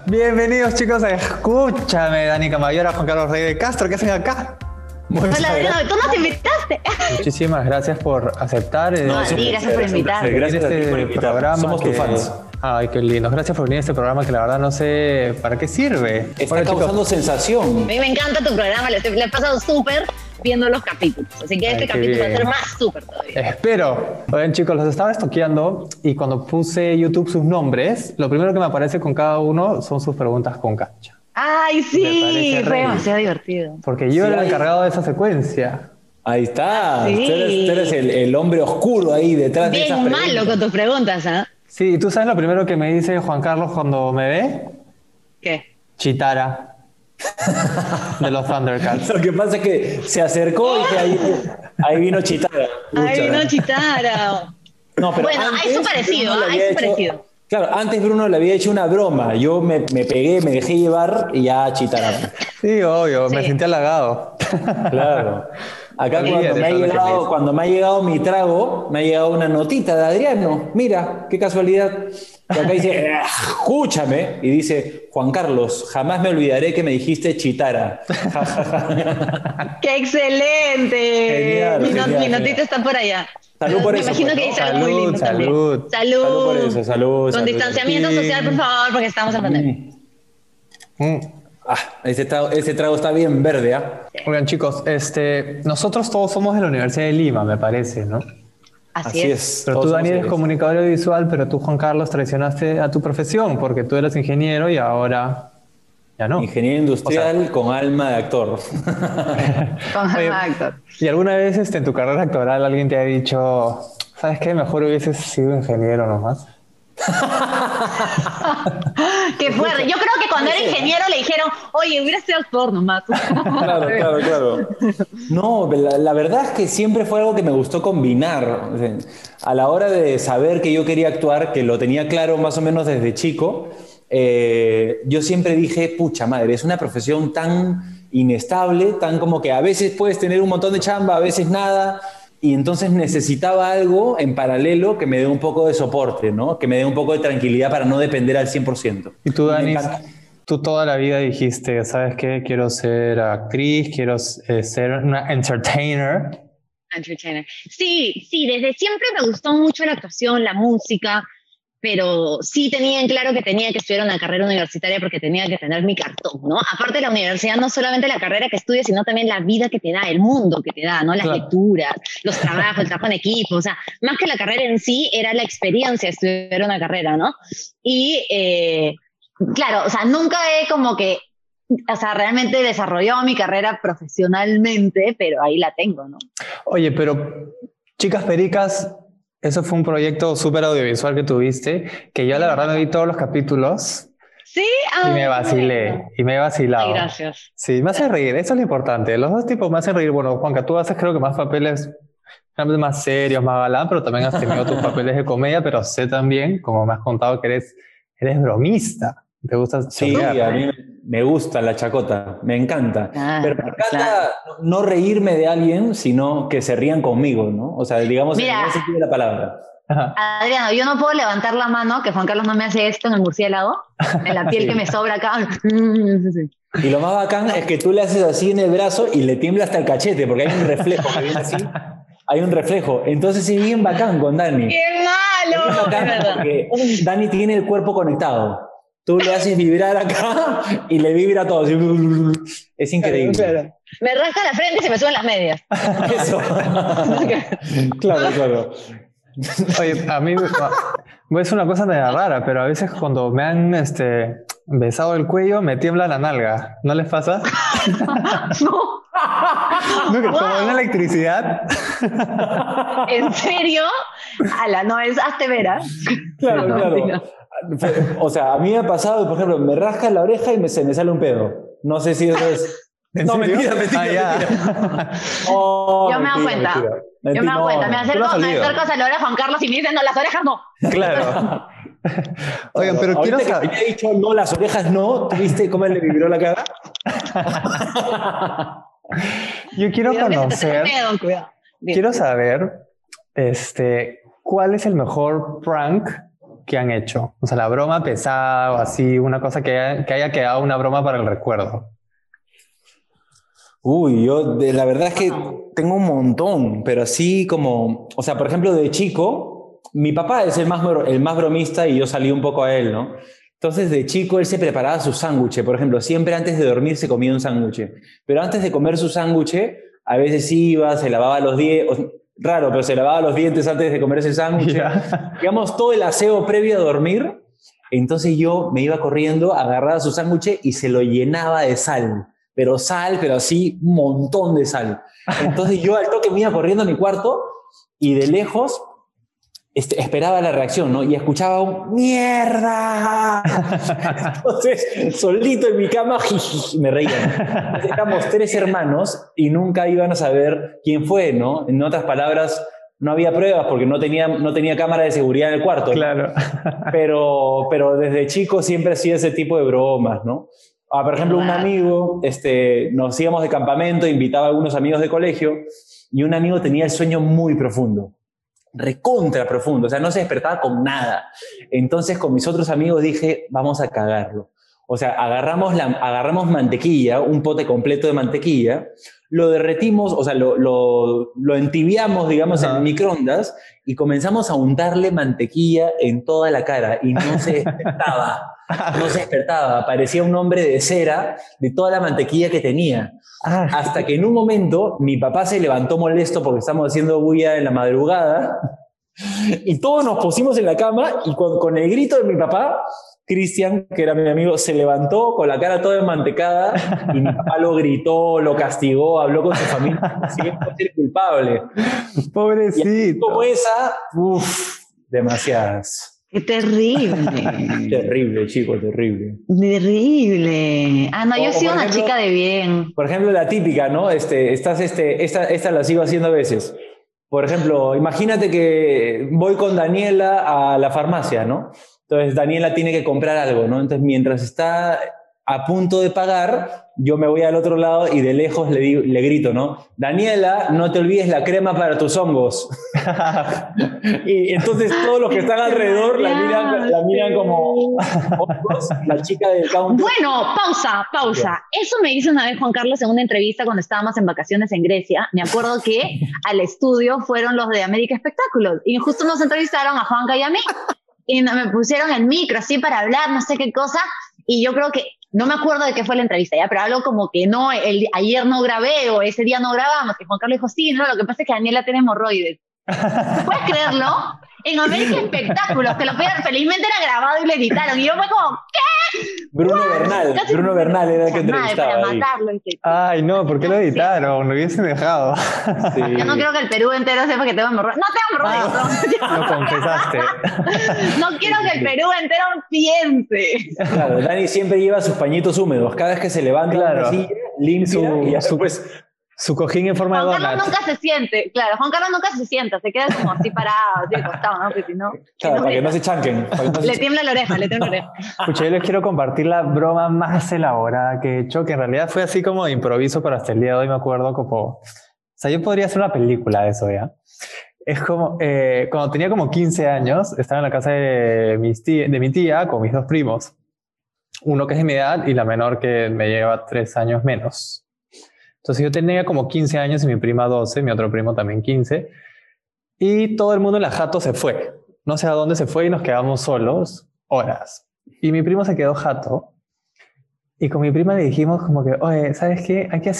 Bienvenidos chicos a Escúchame, Dani Camayora, Juan Carlos Rey de Castro, ¿qué hacen acá? Hola, Adriano, tú nos invitaste. Muchísimas gracias por aceptar. Gracias por invitarme. Gracias a ti por invitarme. Somos tus fans. Ay, qué lindo. Gracias por venir a este programa que la verdad no sé para qué sirve. Está causando sensación. A mí me encanta tu programa, le he pasado súper viendo los capítulos. Así que este capítulo va a ser más súper todavía. Espero. Oigan chicos, los estaba estoqueando y cuando puse YouTube sus nombres, lo primero que me aparece con cada uno son sus preguntas con cancha. Ay, sí, demasiado divertido. Porque yo era el encargado de esa secuencia. Ahí está. Sí. Tú eres el hombre oscuro ahí detrás de esas preguntas. Bien malo con tus preguntas, ¿ah? Sí, ¿tú sabes lo primero que me dice Juan Carlos cuando me ve? ¿Qué? Chitara. De los Thundercats. Lo que pasa es que se acercó y que ahí vino Chitara. Ay, vino Chitara. No, pero bueno, hay su parecido, hay su parecido. Claro, antes Bruno le había hecho una broma. Yo me pegué, me dejé llevar y ya Chitara. Sí, obvio, Sí. me sentí halagado. Claro. Acá Sí, cuando me ha llegado mi trago, me ha llegado una notita de Adriano. Mira, qué casualidad. Y acá dice, escúchame. Y dice, Juan Carlos, jamás me olvidaré que me dijiste Chitara. ¡Qué excelente! Genial, Mi notita está por allá. Salud por me eso. imagino pues, que ¿no? dice algo muy lindo también. Salud. Salud. Salud por eso, salud. Con distanciamiento social, por favor, porque estamos en pandemia. Ese trago está bien verde, ¿ah? Oigan chicos, nosotros todos somos de la Universidad de Lima, me parece, ¿no? Así es. Pero tú, Dani, eres comunicador audiovisual, pero tú, Juan Carlos, traicionaste a tu profesión porque tú eras ingeniero y ahora ya no. Ingeniero industrial con alma de actor. Exacto. ¿Y alguna vez en tu carrera actoral alguien te ha dicho, ¿sabes qué? Mejor hubieses sido ingeniero nomás? Qué fuerte. Yo creo que cuando era ingeniero le dijeron, oye, hubiera sido actor nomás. Claro. No, la verdad es que siempre fue algo que me gustó combinar. O sea, a la hora de saber que yo quería actuar, que lo tenía claro más o menos desde chico, yo siempre dije, pucha madre, es una profesión tan inestable, tan como que a veces puedes tener un montón de chamba, a veces nada. Y entonces necesitaba algo en paralelo que me dé un poco de soporte, ¿no? Que me dé un poco de tranquilidad para no depender al 100%. Y tú, Dani, tú toda la vida dijiste, ¿sabes qué? Quiero ser actriz, quiero ser una entertainer. Sí, desde siempre me gustó mucho la actuación, la música, pero sí tenía en claro que tenía que estudiar una carrera universitaria porque tenía que tener mi cartón, ¿no? Aparte de la universidad, no solamente la carrera que estudias, sino también la vida que te da, el mundo que te da, ¿no? Las lecturas, los trabajos, el trabajo en equipo, o sea, más que la carrera en sí, era la experiencia de estudiar una carrera, ¿no? Y, claro, o sea, nunca he como que, o sea, realmente desarrollado mi carrera profesionalmente, pero ahí la tengo, ¿no? Oye, pero Chicas Pericas... Eso fue un proyecto súper audiovisual que tuviste, que yo la verdad me vi todos los capítulos. Sí, y me vacilé, y me he vacilado. Ay, gracias. Sí, me hace reír, eso es lo importante. Los dos tipos me hacen reír. Bueno, Juanca, tú haces creo que más papeles más serios, más galán, pero también has tenido tus papeles de comedia, pero sé también, como me has contado, que eres bromista. ¿Te gusta? Sí, a mí me gusta la chacota, me encanta. Pero me encanta no reírme de alguien, sino que se rían conmigo, ¿no? O sea, digamos, en ese sentido de la palabra. Adriano, yo no puedo levantar la mano, que Juan Carlos no me hace esto en el murciélago, en la piel que me sobra acá. Y lo más bacán es que tú le haces así en el brazo y le tiembla hasta el cachete, porque hay un reflejo que viene así. Hay un reflejo. Entonces es bien bacán con Dani. ¡Qué malo! Es bacán porque Dani tiene el cuerpo conectado. Tú le haces vibrar acá y le vibra todo. Es increíble. Claro. Me rasca la frente y se me suben las medias. Eso. Claro. Oye, a mí es una cosa medio rara, pero a veces cuando me han besado el cuello me tiembla la nalga. ¿No les pasa? No. Como una electricidad. ¿En serio? Ala, no es hazte veras. Claro. O sea, a mí me ha pasado, por ejemplo, me rasca la oreja y se me sale un pedo. No sé si eso es... No, mentira. Oh, yo me he dado cuenta. Yo me he dado cuenta. Me acerco a la oreja Juan Carlos y me dicen, no, las orejas no. Claro. Oigan, pero quiero saber... Que he dicho, no, las orejas no. ¿Viste cómo le vibró la cara? Yo quiero conocer... Quiero saber, ¿cuál es el mejor prank ¿qué han hecho? O sea, la broma pesada o así, una cosa que haya quedado una broma para el recuerdo. Uy, la verdad es que tengo un montón, pero así como, o sea, por ejemplo, de chico, mi papá es el más bromista y yo salí un poco a él, ¿no? Entonces, de chico, él se preparaba su sándwich, por ejemplo, siempre antes de dormir se comía un sándwich, pero antes de comer su sándwich, a veces iba, se lavaba los dientes, raro, pero se lavaba los dientes antes de comerse el sándwich, digamos, todo el aseo previo a dormir, entonces yo me iba corriendo, agarraba su sándwich y se lo llenaba de sal. Pero así un montón de sal. Entonces yo al toque me iba corriendo a mi cuarto y de lejos esperaba la reacción, ¿no? Y escuchaba un ¡mierda! Entonces, solito en mi cama, me reía. Éramos 3 hermanos y nunca iban a saber quién fue, ¿no? En otras palabras, no había pruebas porque no tenía cámara de seguridad en el cuarto, ¿no? Claro. Pero desde chico siempre hacía ese tipo de bromas, ¿no? Por ejemplo, un amigo, nos íbamos de campamento, invitaba a algunos amigos de colegio y un amigo tenía el sueño muy profundo, recontra profundo, o sea, no se despertaba con nada. Entonces con mis otros amigos dije, vamos a cagarlo. O sea, agarramos mantequilla, un pote completo de mantequilla, lo derretimos, o sea, lo entibiamos, digamos, en microondas y comenzamos a untarle mantequilla en toda la cara y no se despertaba. No se despertaba, parecía un hombre de cera de toda la mantequilla que tenía. Hasta que en un momento mi papá se levantó molesto porque estábamos haciendo bulla en la madrugada y todos nos pusimos en la cama y con el grito de mi papá, Cristian, que era mi amigo, se levantó con la cara toda enmantecada y mi papá lo gritó, lo castigó, habló con su familia, consiguió ser culpable. Pobrecito. Y como esa, demasiadas. ¡Qué terrible! Terrible, chico, terrible. Terrible. No, yo soy una chica de bien. Por ejemplo, la típica, ¿no? Esta la sigo haciendo a veces. Por ejemplo, imagínate que voy con Daniela a la farmacia, ¿no? Entonces Daniela tiene que comprar algo, ¿no? Entonces mientras está a punto de pagar, yo me voy al otro lado y de lejos le grito, ¿no? Daniela, no te olvides la crema para tus hongos. Y entonces todos los que están alrededor la miran como la chica del counter. Bueno, pausa. Eso me hizo una vez Juan Carlos en una entrevista cuando estábamos en vacaciones en Grecia. Me acuerdo que al estudio fueron los de América Espectáculos y justo nos entrevistaron a Juanca y a mí y me pusieron el micro así para hablar, no sé qué cosa, y yo creo que no me acuerdo de qué fue la entrevista, ya, pero algo como que no, ayer no grabé o ese día no grabamos, que Juan Carlos dijo, sí, no, lo que pasa es que Daniela tiene hemorroides. ¿Puedes creerlo? En América Espectáculos, que lo peor, felizmente era grabado y lo editaron, y yo fue como, ¿qué? Bruno Bernal era el que entrevistaba para ahí. matarlo. Ay, no, ¿por qué lo editaron? Lo hubiesen dejado. Sí. Yo no quiero que el Perú entero sepa que tengo hemorroides. No tengo hemorroides. Lo confesaste. No quiero que el Perú entero piense. Claro, Dani siempre lleva sus pañitos húmedos. Cada vez que se levanta Claro. la silla, limpia y después... Su cojín en forma de Juan donut. Carlos nunca se siente, claro, Juan Carlos nunca se sienta, se queda como así parado, así acostado, ¿no? Porque si no... Claro, para que no se chanquen. Le tiembla la oreja, Escucha, yo les quiero compartir la broma más elaborada que he hecho, que en realidad fue así como de improviso, pero hasta el día de hoy me acuerdo como... O sea, yo podría hacer una película de eso, ¿ya? Es como... cuando tenía como 15 años, estaba en la casa de mi tía con mis 2 primos. Uno que es de mi edad y la menor que me lleva 3 años menos. Entonces yo tenía como 15 años y mi prima 12, mi otro primo también 15. Y todo el mundo en la jato se fue. No sé a dónde se fue y nos quedamos solos horas. Y mi primo se quedó jato. Y con mi prima le dijimos como que, oye, ¿sabes qué? Hay que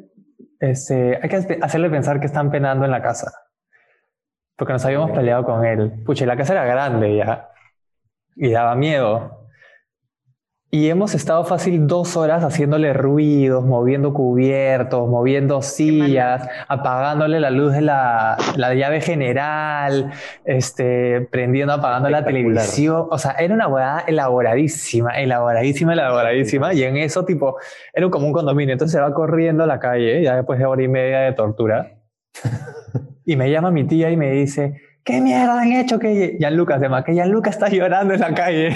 hacerle pensar que están penando en la casa. Porque nos habíamos peleado con él. Pucha, la casa era grande ya. Y daba miedo. Y hemos estado fácil 2 horas haciéndole ruidos, moviendo cubiertos, moviendo sillas, apagándole la luz de la llave general, prendiendo, apagando la televisión. O sea, era una hueá elaboradísima. Y en eso, tipo, era como un condominio. Entonces se va corriendo a la calle, ya después de 1 hora y media de tortura. Y me llama mi tía y me dice... ¿Qué mierda han hecho? Que Gianluca está llorando en la calle.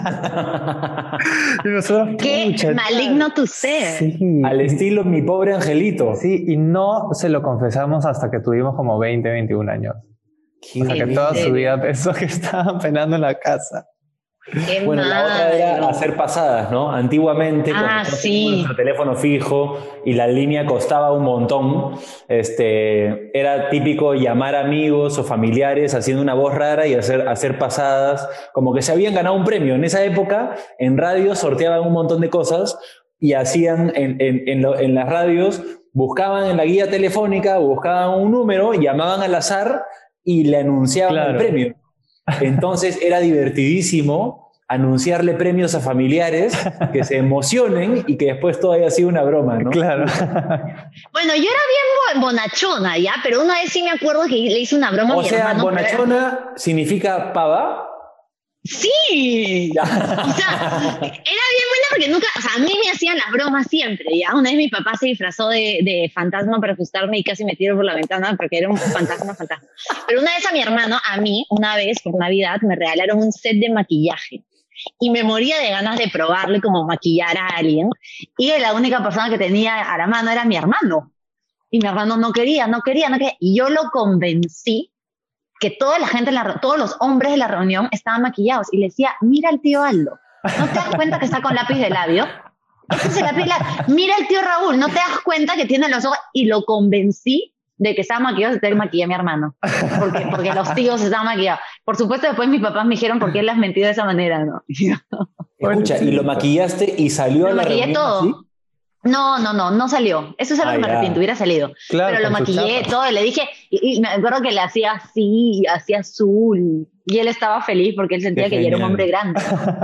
Y nosotros, qué maligno tu ser. Sí. Al estilo mi pobre angelito. Sí, y no se lo confesamos hasta que tuvimos como 20, 21 años. O sea, que toda su vida pensó que estaban penando en la casa. Qué Bueno, la otra era hacer pasadas, ¿no? Antiguamente, cuando nosotros teníamos nuestro teléfono fijo y la línea costaba un montón, era típico llamar amigos o familiares haciendo una voz rara y hacer pasadas, como que se habían ganado un premio. En esa época, en radio sorteaban un montón de cosas y hacían en las radios, buscaban en la guía telefónica, buscaban un número, llamaban al azar y le anunciaban el premio. Entonces era divertidísimo anunciarle premios a familiares que se emocionen y que después todo haya sido una broma, ¿no? Claro. Bueno, yo era bien bonachona, ¿ya? Pero una vez sí me acuerdo que le hice una broma a mi hermano. O sea, bonachona significa pava. Sí. O sea, era bien buena porque nunca, o sea, a mí me hacían las bromas siempre, ¿ya? Una vez mi papá se disfrazó de fantasma para asustarme y casi me tiro por la ventana porque era un fantasma. Pero una vez a mi hermano, a mí, una vez por Navidad, me regalaron un set de maquillaje. Y me moría de ganas de probarle como maquillar a alguien. Y la única persona que tenía a la mano era mi hermano. Y mi hermano no quería. Y yo lo convencí que toda la gente, todos los hombres de la reunión estaban maquillados. Y le decía, mira al tío Aldo. ¿No te das cuenta que está con lápiz de labio? Este es el lápiz de labio. Mira al tío Raúl. ¿No te das cuenta que tiene los ojos? Y lo convencí de que estaba maquillado, se te maquillé a mi hermano. Porque los tíos estaban maquillados. Por supuesto, después mis papás me dijeron por qué él las mentió de esa manera, ¿no? Escucha, ¿y lo maquillaste y salió a la reunión todo. así? No salió. Eso es algo que me arrepiento, hubiera salido. Claro, pero lo maquillé todo, y le dije, y me acuerdo que le hacía así, hacía azul, y él estaba feliz porque él sentía que ya era un hombre grande.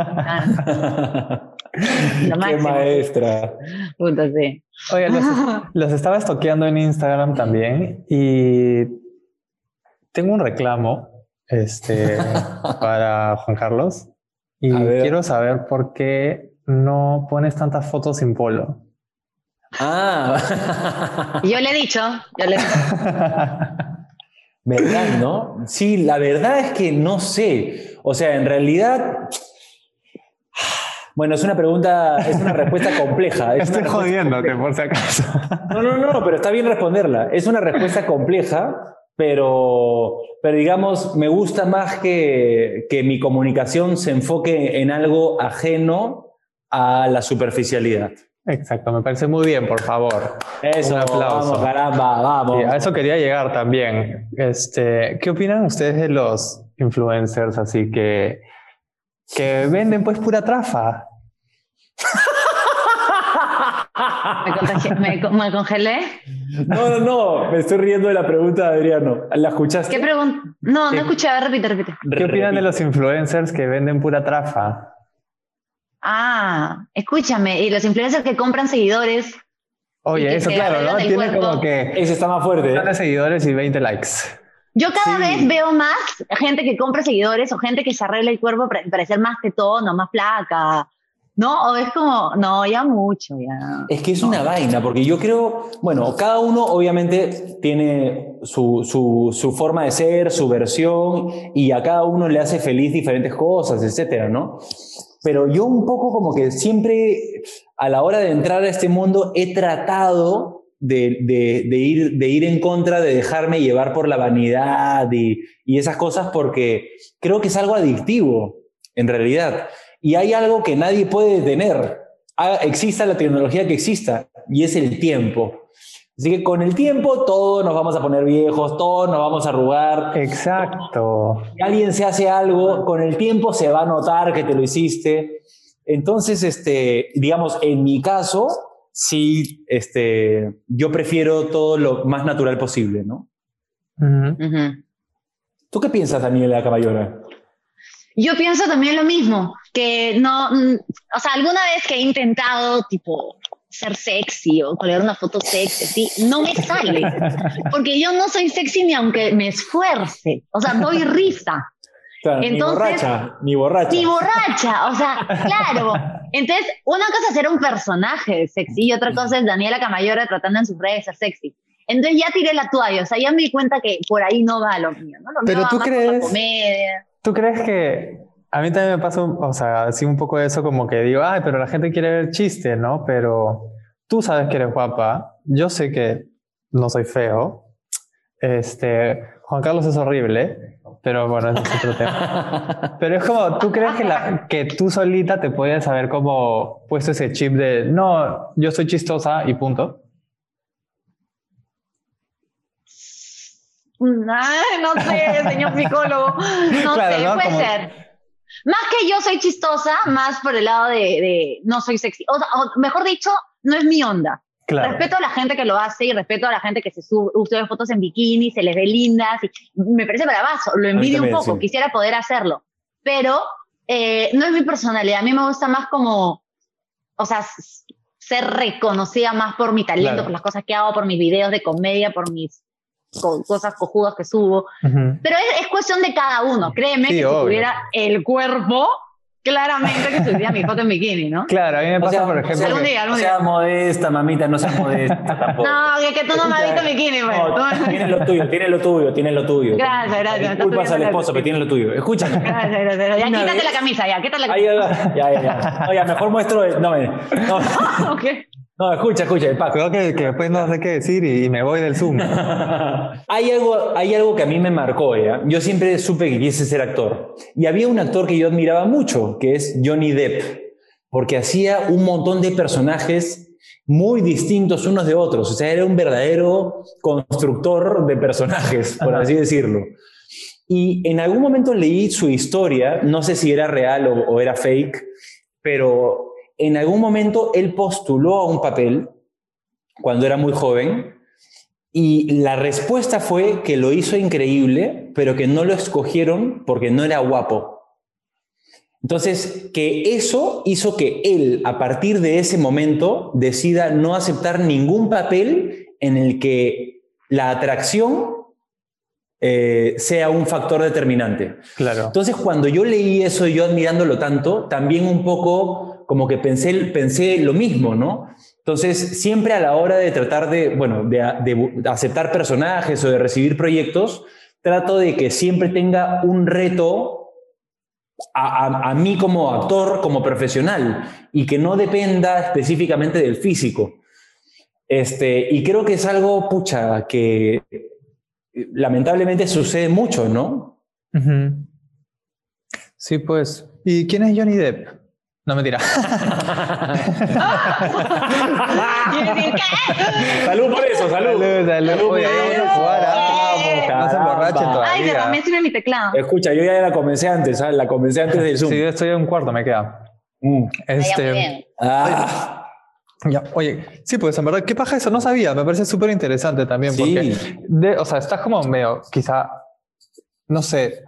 Qué maestra. Puta, sí. Oye, los estaba estoqueando en Instagram también y tengo un reclamo para Juan Carlos y quiero saber por qué no pones tantas fotos sin polo. Yo le he dicho. ¿Verdad, no? Sí, la verdad es que no sé. O sea, en realidad... Bueno, es una respuesta compleja. Estoy jodiéndote, por si acaso. No, pero está bien responderla. Es una respuesta compleja, pero digamos, me gusta más que mi comunicación se enfoque en algo ajeno a la superficialidad. Exacto, me parece muy bien, por favor. Eso, un aplauso. Vamos, caramba, vamos. Sí, a eso quería llegar también. ¿Qué opinan ustedes de los influencers así que venden pues pura trafa? ¿Me congelé? No, me estoy riendo de la pregunta de Adriano. ¿La escuchaste? ¿Qué pregunta? No escuché, repite. ¿Qué opinan de los influencers que venden pura trafa? Escúchame, y los influencers que compran seguidores. Oye, eso claro, ¿no? Tiene cuerpo. Como que... Ese está más fuerte. 20 seguidores y 20 likes. Yo cada vez veo más gente que compra seguidores o gente que se arregla el cuerpo para parecer más tetón, más flaca, ¿no? O es como, no, ya mucho, ya. Es que es una vaina, porque yo creo, bueno, cada uno obviamente tiene su forma de ser, su versión, y a cada uno le hace feliz diferentes cosas, etcétera, ¿no? Pero yo un poco como que siempre a la hora de entrar a este mundo he tratado de ir en contra, de dejarme llevar por la vanidad y esas cosas, porque creo que es algo adictivo, en realidad. Y hay algo que nadie puede detener. Exista la tecnología que exista, y es el tiempo. Así que con el tiempo todos nos vamos a poner viejos, todos nos vamos a arrugar. Exacto. Si alguien se hace algo, con el tiempo se va a notar que te lo hiciste. Entonces, digamos, en mi caso, sí, yo prefiero todo lo más natural posible, ¿no? ¿Tú qué piensas, Daniela Caballora? Yo pienso también lo mismo, que no, o sea, alguna vez que he intentado, tipo, ser sexy o colgar una foto sexy, ¿sí? No me sale, porque yo no soy sexy ni aunque me esfuerce, o sea, doy risa. Claro, entonces, ni borracha, o sea, claro. Entonces, una cosa es ser un personaje sexy y otra cosa es Daniela Camayora tratando en sus redes de ser sexy. Entonces ya tiré la toalla, o sea, ya me di cuenta que por ahí no va lo mío, ¿no? Lo Pero mío tú va crees... más por la comedia. ¿Tú crees que a mí también me pasa, o sea, así un poco de eso, como que digo, ay, pero la gente quiere ver chistes, ¿no? Pero tú sabes que eres guapa, yo sé que no soy feo. Juan Carlos es horrible, pero bueno, ese es otro tema. Pero es como, ¿tú crees que tú solita te puedes haber como puesto ese chip de no, yo soy chistosa y punto? Ay, no sé, señor psicólogo. No Claro, sé, ¿no? puede Como- ser. Más que yo soy chistosa, más por el lado de no soy sexy. O mejor dicho, no es mi onda. Claro. Respeto a la gente que lo hace y respeto a la gente que se sube fotos en bikini, se les ve lindas. Y me parece bravazo, lo envidio un también, poco, sí. quisiera poder hacerlo. Pero no es mi personalidad. A mí me gusta más como, o sea, ser reconocida más por mi talento, Claro. por las cosas que hago, por mis videos de comedia, por mis cosas cojudas que subo. Ujú. Pero es cuestión de cada uno. Créeme Sí, que si obvio. tuviera el cuerpo, claramente que subiría mi foto en bikini, ¿no? Claro, a mí me pasa, por ejemplo, algún que- día, algún No día. seas modesta, mamita, no seas modesta tampoco. No, que tú no me has visto en bikini, pues. No, tienes lo tuyo, tienes lo tuyo, tienes lo tuyo. Gracias, gracias. Disculpas Estás al subiendo esposo, la- pero tienes lo tuyo. Escúchame. Gracias, gracias. Ya Una quítate vez- la camisa, ya, quítate la Ahí, camisa. ya. No, ya, mejor muestro. No, Ok. no, escucha, Paco. creo que después no sé qué decir y me voy del Zoom. Hay algo que a mí me marcó, ¿ya? Yo siempre supe que quise ser actor. Y había un actor que yo admiraba mucho, que es Johnny Depp, porque hacía un montón de personajes muy distintos unos de otros. O sea, era un verdadero constructor de personajes, por así decirlo. Y en algún momento leí su historia, no sé si era real o era fake, pero en algún momento él postuló a un papel cuando era muy joven y la respuesta fue que lo hizo increíble, pero que no lo escogieron porque no era guapo. Entonces, que eso hizo que él, a partir de ese momento, decida no aceptar ningún papel en el que la atracción sea un factor determinante. Claro. Entonces, cuando yo leí eso y yo admirándolo tanto, también un poco como que pensé lo mismo, ¿no? Entonces, siempre a la hora de tratar de aceptar personajes o de recibir proyectos, trato de que siempre tenga un reto a mí como actor, como profesional, y que no dependa específicamente del físico. Y creo que es algo, pucha, que lamentablemente sucede mucho, ¿no? Ujú. Sí, pues. ¿Y quién es Johnny Depp? No, mentira. ¿Quieres decir qué? Salud por eso, salud. Salud. Oye, vamos a jugar. No se emborrachen Caramba. Ay, todavía. me sirve mi teclado. Escucha, yo ya la comencé antes, ¿sabes? La comencé antes del Zoom. Sí, yo estoy en un cuarto, me queda. Mm. Vaya, muy bien. Ah, Ya, oye, sí, pues en verdad, ¿qué paja eso? No sabía, me parece súper interesante también, Sí. porque, o sea, estás como medio, quizá, no sé,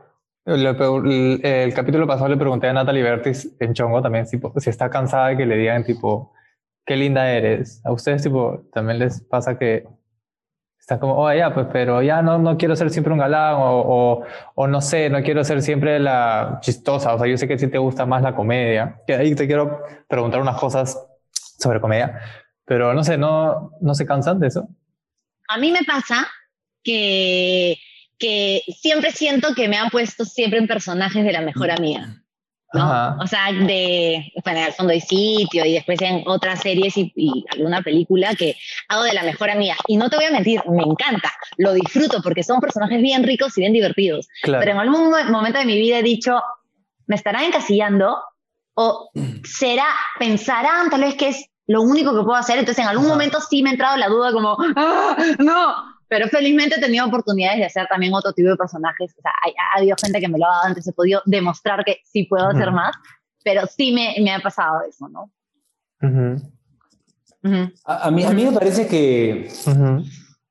el capítulo pasado le pregunté a Natalie Bertis en Chongo también, tipo, si está cansada de que le digan, tipo, qué linda eres. A ustedes, tipo, también les pasa que están como, oh, ya, pues, pero ya no quiero ser siempre un galán, o no sé, no quiero ser siempre la chistosa. O sea, yo sé que sí te gusta más la comedia. Que ahí te quiero preguntar unas cosas sobre comedia, pero no sé, no se cansan de eso. A mí me pasa que siempre siento que me han puesto siempre en personajes de la mejor amiga, ¿no? Ajá. O sea, bueno, al fondo hay sitio y después en otras series y alguna película que hago de la mejor amiga. Y no te voy a mentir, me encanta, lo disfruto porque son personajes bien ricos y bien divertidos. Claro. Pero en algún momento de mi vida he dicho, ¿me estarán encasillando? ¿O pensarán tal vez que es lo único que puedo hacer? Entonces en algún momento sí me ha entrado la duda como, ¡ah, no! Pero felizmente he tenido oportunidades de hacer también otro tipo de personajes. O sea, ha habido gente que me lo ha dado antes, he podido demostrar que sí puedo hacer más, pero sí me ha pasado eso, ¿no? Uh-huh. Uh-huh. a mí me parece que, Uh-huh.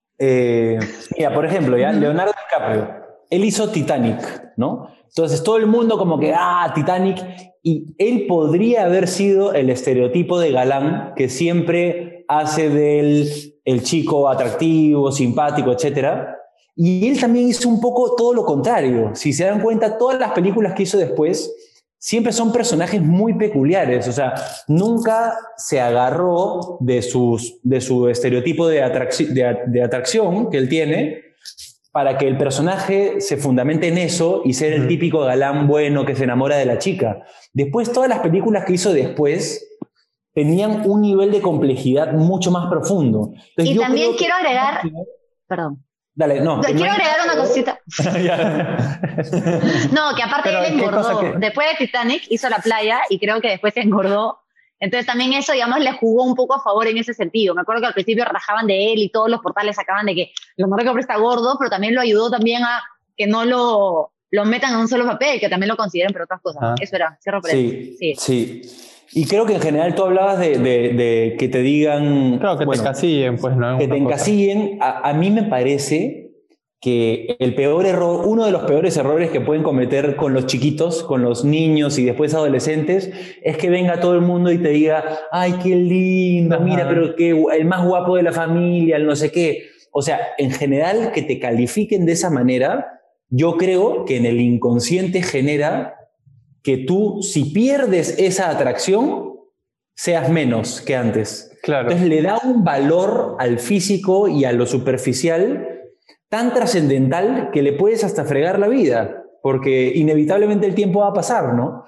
mira, por ejemplo, ¿ya? Leonardo DiCaprio, él hizo Titanic, ¿no? Entonces todo el mundo como que, Titanic, y él podría haber sido el estereotipo de galán que siempre hace del el chico atractivo, simpático, etc. Y él también hizo un poco todo lo contrario. Si se dan cuenta, todas las películas que hizo después siempre son personajes muy peculiares. O sea, nunca se agarró de su estereotipo de atracción que él tiene para que el personaje se fundamente en eso y ser el típico galán bueno que se enamora de la chica. Después, todas las películas que hizo después tenían un nivel de complejidad mucho más profundo. Entonces, Y yo también creo que- quiero agregar, perdón, Dale, no. Quiero agregar una cosita. Ya. No, que aparte Pero, él ¿qué cosa engordó. que- Después de Titanic hizo la playa y creo que después se engordó. Entonces también eso, digamos, le jugó un poco a favor en ese sentido. Me acuerdo que al principio rajaban de él y todos los portales sacaban de que Leonardo DiCaprio está gordo, pero también lo ayudó también a que no lo metan en un solo papel, que también lo consideren por otras cosas. Ah. Eso era, cierro paréntesis. Sí, sí. Y creo que en general tú hablabas de que te digan... Claro, que bueno, te encasillen, pues, ¿no? En que una te cosa. encasillen. A mí me parece que el peor error, uno de los peores errores que pueden cometer con los chiquitos, con los niños y después adolescentes, es que venga todo el mundo y te diga, ay, qué lindo, Ajá. mira, pero que el más guapo de la familia, el no sé qué. O sea, en general, que te califiquen de esa manera, yo creo que en el inconsciente genera que tú, si pierdes esa atracción, seas menos que antes. Claro. Entonces le da un valor al físico y a lo superficial tan trascendental que le puedes hasta fregar la vida, porque inevitablemente el tiempo va a pasar, ¿no?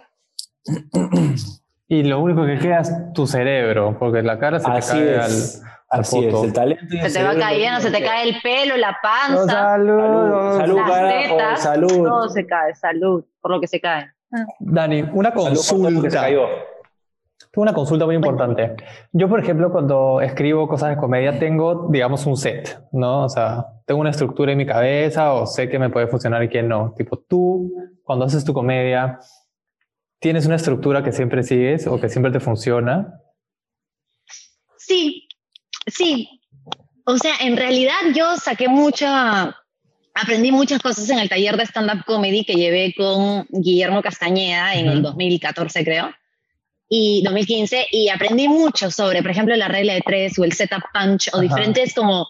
Y lo único que queda es tu cerebro, porque la cara se te Así cae es. al Así es, poto. el talento y el Se te va cerebro cayendo, se te cae el pelo, la panza, Salud. Salud, las carajo, tetas, salud. todo se cae, salud, por lo que se cae. Dani, una Salud por todo lo que se consulta. cayó. Tengo una consulta muy importante. Yo, por ejemplo, cuando escribo cosas de comedia, tengo, digamos, un set, ¿no? O sea, tengo una estructura en mi cabeza o sé que me puede funcionar y que no. Tipo, tú, cuando haces tu comedia, ¿tienes una estructura que siempre sigues o que siempre te funciona? Sí, sí. O sea, en realidad yo aprendí muchas cosas en el taller de stand-up comedy que llevé con Guillermo Castañeda en el 2014, creo, y 2015, y aprendí mucho sobre, por ejemplo, la regla de tres o el setup punch o diferentes como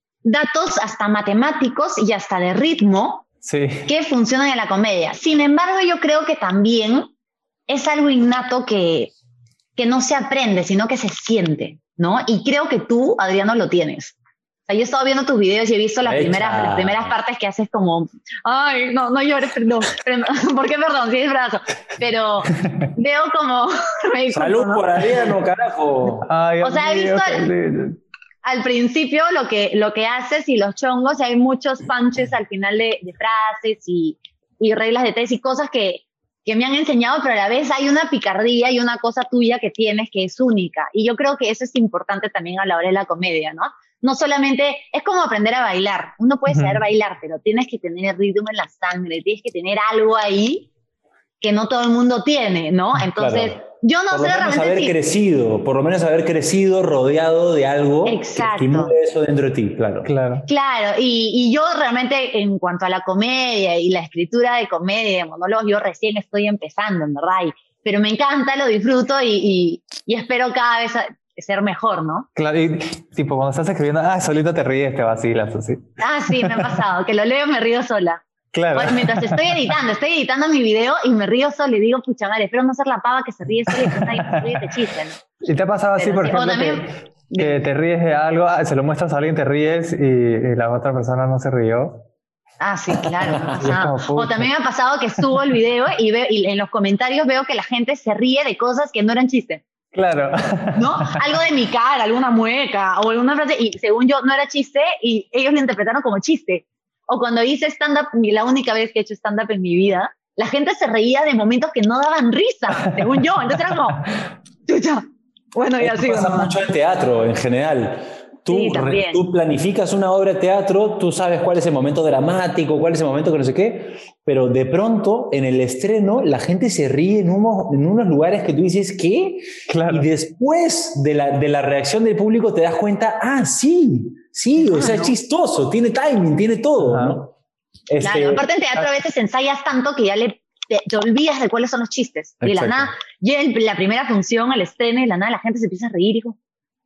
datos hasta matemáticos y hasta de ritmo Sí. que funcionan en la comedia. Sin embargo, yo creo que también es algo innato que no se aprende, sino que se siente, ¿no? Y creo que tú, Adriano, lo tienes. O sea, yo he estado viendo tus videos y he visto las primeras partes que haces como, ay, no llores, perdón. ¿Por qué perdón? Sí, es brazo. Pero veo como... Salud ¿no? por Adriano, carajo. Ay, O sea, he amigo, visto qué lindo. al principio lo que haces y los chongos, y hay muchos punches al final de frases y reglas de tres y cosas que me han enseñado, pero a la vez hay una picardía y una cosa tuya que tienes que es única. Y yo creo que eso es importante también a la hora de la comedia, ¿no? No solamente, es como aprender a bailar. Uno puede saber bailar, pero tienes que tener ritmo en la sangre, tienes que tener algo ahí que no todo el mundo tiene, ¿no? Entonces, Claro. yo no Por lo sé menos realmente haber crecido, por lo menos haber crecido rodeado de algo Exacto. que estimule eso dentro de ti, claro. Claro. Claro, y yo realmente en cuanto a la comedia y la escritura de comedia, de monólogos, yo recién estoy empezando, en verdad, pero me encanta, lo disfruto y espero cada vez ser mejor, ¿no? Claro, y tipo, cuando estás escribiendo, solito te ríes, te vacilas, así. Ah, sí, me ha pasado, que lo leo y me río sola. Claro. Pues mientras estoy editando mi video y me río sola y digo, pucha madre, espero no ser la pava que se ríe sola y que nadie se ríe de chiste, ¿no? ¿Y te ha pasado así, Pero por sí, o ejemplo, también- que te ríes de algo, se lo muestras a alguien, te ríes y la otra persona no se rió? Ah, sí, claro. me ha Y es pasado. como, pucha. O también me ha pasado que subo el video y en los comentarios veo que la gente se ríe de cosas que no eran chistes. Claro. ¿No? Algo de mi cara, alguna mueca o alguna frase, y según yo no era chiste y ellos lo interpretaron como chiste. O cuando hice stand-up, la única vez que he hecho stand-up en mi vida, la gente se reía de momentos que no daban risa, según yo. Entonces era como, chucha. Bueno, y Esto así. pasa ¿no? mucho en teatro, en general. Sí, también. Tú planificas una obra de teatro, tú sabes cuál es el momento dramático, cuál es el momento que no sé qué, pero de pronto en el estreno la gente se ríe en unos lugares que tú dices, ¿qué? Claro. Y después de la reacción del público te das cuenta, sí, o sea, es chistoso, tiene timing, tiene todo, Ajá. ¿no? Claro, aparte en teatro a veces ensayas tanto que ya te olvidas de cuáles son los chistes. Y de la Exacto. nada, ya en la primera función, el estreno, y de la nada la gente se empieza a reír y digo,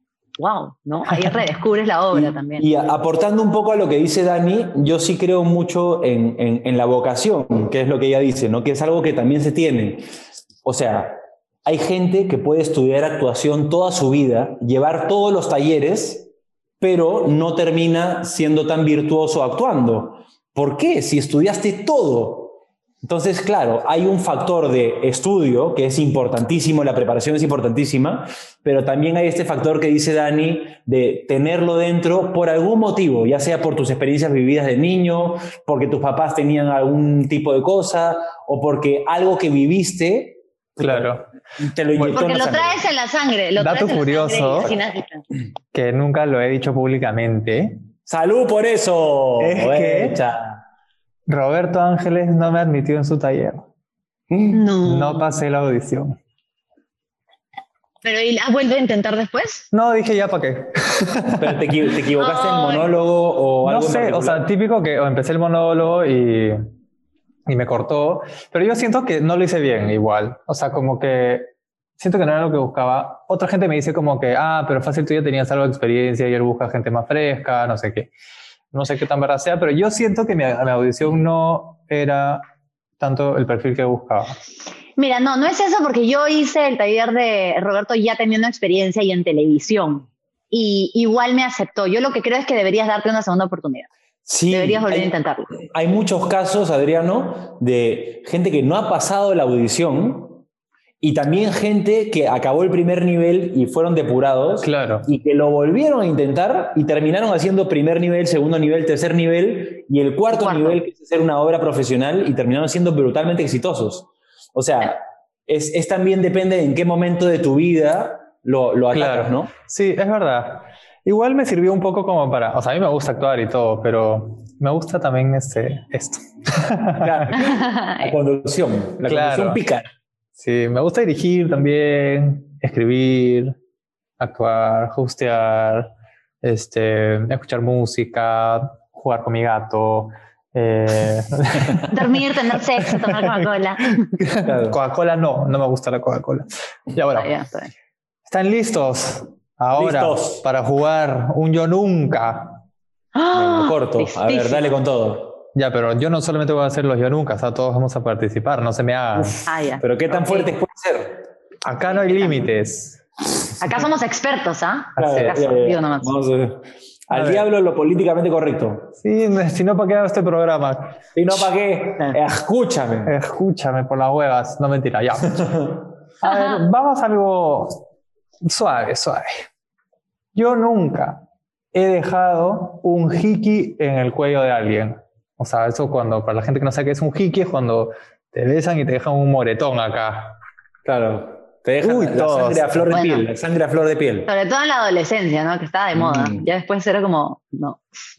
wow, ¿no? Ahí redescubres la obra también. Y aportando un poco a lo que dice Dani, yo sí creo mucho en la vocación, que es lo que ella dice, ¿no? Que es algo que también se tiene. O sea, hay gente que puede estudiar actuación toda su vida, llevar todos los talleres, pero no termina siendo tan virtuoso actuando. ¿Por qué? Si estudiaste todo. Entonces, claro, hay un factor de estudio que es importantísimo, la preparación es importantísima, pero también hay este factor que dice Dani de tenerlo dentro por algún motivo, ya sea por tus experiencias vividas de niño, porque tus papás tenían algún tipo de cosa o porque algo que viviste, Claro. te lo inyectó Porque en la lo sangre. traes en la sangre. Lo Dato traes en la curioso. sangre y así Que nunca lo he dicho públicamente. ¡Salud por eso! Es que- Echa. Roberto Ángeles no me admitió en su taller. No. No pasé la audición. Pero ¿y has vuelto a intentar después? No, dije ya para qué. ¿Pero te equivocaste en Ay. monólogo o No algo en sé, o particular? sea, típico que empecé el monólogo y me cortó, pero yo siento que no lo hice bien igual. O sea, como que siento que no era lo que buscaba. Otra gente me dice como que, pero fácil, tú ya tenías algo de experiencia y él busca gente más fresca, no sé qué. No sé qué tan verdad sea, pero yo siento que mi audición no era tanto el perfil que buscaba. Mira, no es eso porque yo hice el taller de Roberto ya teniendo experiencia y en televisión. Y igual me aceptó. Yo lo que creo es que deberías darte una segunda oportunidad. Sí, Deberías volver a intentarlo. hay muchos casos, Adriano, de gente que no ha pasado la audición y también gente que acabó el primer nivel y fueron depurados Claro. y que lo volvieron a intentar y terminaron haciendo primer nivel, segundo nivel, tercer nivel y el cuarto nivel, que es hacer una obra profesional, y terminaron siendo brutalmente exitosos. O sea, es también depende de en qué momento de tu vida lo atacas, Claro. ¿no? Sí, es verdad. Igual me sirvió un poco como para... O sea, a mí me gusta actuar y todo, pero me gusta también esto. Claro, la conducción Claro. pica. Sí, me gusta dirigir también, escribir, actuar, hostear, escuchar música, jugar con mi gato. Dormir, tener sexo, tomar Coca-Cola. Claro. Coca-Cola no me gusta la Coca-Cola. Ya bueno, Ah, ya, está bien. ¿están listos ahora Listos. para jugar un Yo Nunca? Me lo corto. A ver, Tristísimo. dale con todo. Ya, pero yo no solamente voy a hacer los Yo Nunca, o sea, todos vamos a participar, no se me hagan. Ah, ya. Pero ¿qué tan Ok. fuertes pueden ser? Acá no hay límites. Acá somos expertos, ¿ah? Así Por es. si acaso, digo nomás. Vamos a ver. A Al ver. diablo lo políticamente correcto. Sí, si no, ¿para qué hago este programa? ¿Y no para qué? Escúchame. Escúchame por las huevas, no mentira, ya. A ver, vamos a algo suave. Yo nunca he dejado un hiki en el cuello de alguien. O sea, eso para la gente que no sabe qué es un hiki, es cuando te besan y te dejan un moretón acá. Claro. Te dejan Uy, la todos. sangre a flor de Bueno. piel. La sangre a flor de piel. Sobre todo en la adolescencia, ¿no? Que estaba de moda. Mm. Ya después era como, no.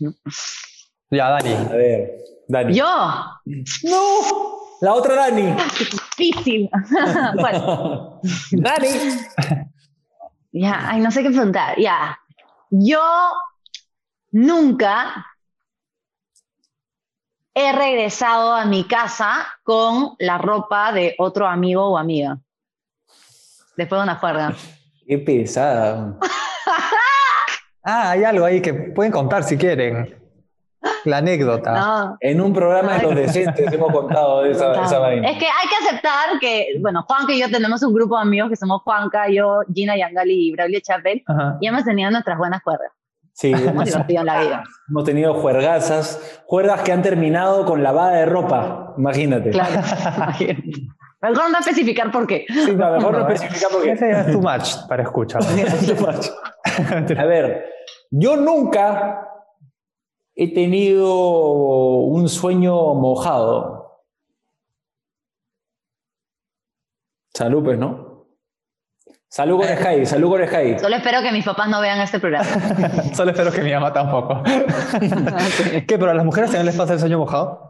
Ya, Dani. A ver, Dani. Yo, ¡No! La otra Dani. difícil. Bueno, Dani. ya, ay, no sé qué preguntar. Ya. Yo nunca he regresado a mi casa con la ropa de otro amigo o amiga. Después de una juerga. Qué pesada. Hay algo ahí que pueden contar si quieren. La anécdota. No. En un programa de los decentes hemos contado esa vaina. Es que hay que aceptar que, bueno, Juanca y yo tenemos un grupo de amigos que somos Juanca, yo, Gina Yangali y Braulio Chapel, Ajá. y hemos tenido nuestras buenas juergas. Sí, Hemos divertido en la vida. hemos tenido juergas que han terminado con lavada de ropa. Imagínate. Claro. Mejor no especificar por qué. Sí, no, mejor no especificar porque... Ese ya es too much para escuchar. A ver, yo nunca he tenido un sueño mojado. Salud, pues, ¿no? Salud con Sky, salud con Sky. Solo espero que mis papás no vean este programa. Solo espero que mi mamá tampoco. ¿Qué? ¿Pero a las mujeres también les pasa el sueño mojado?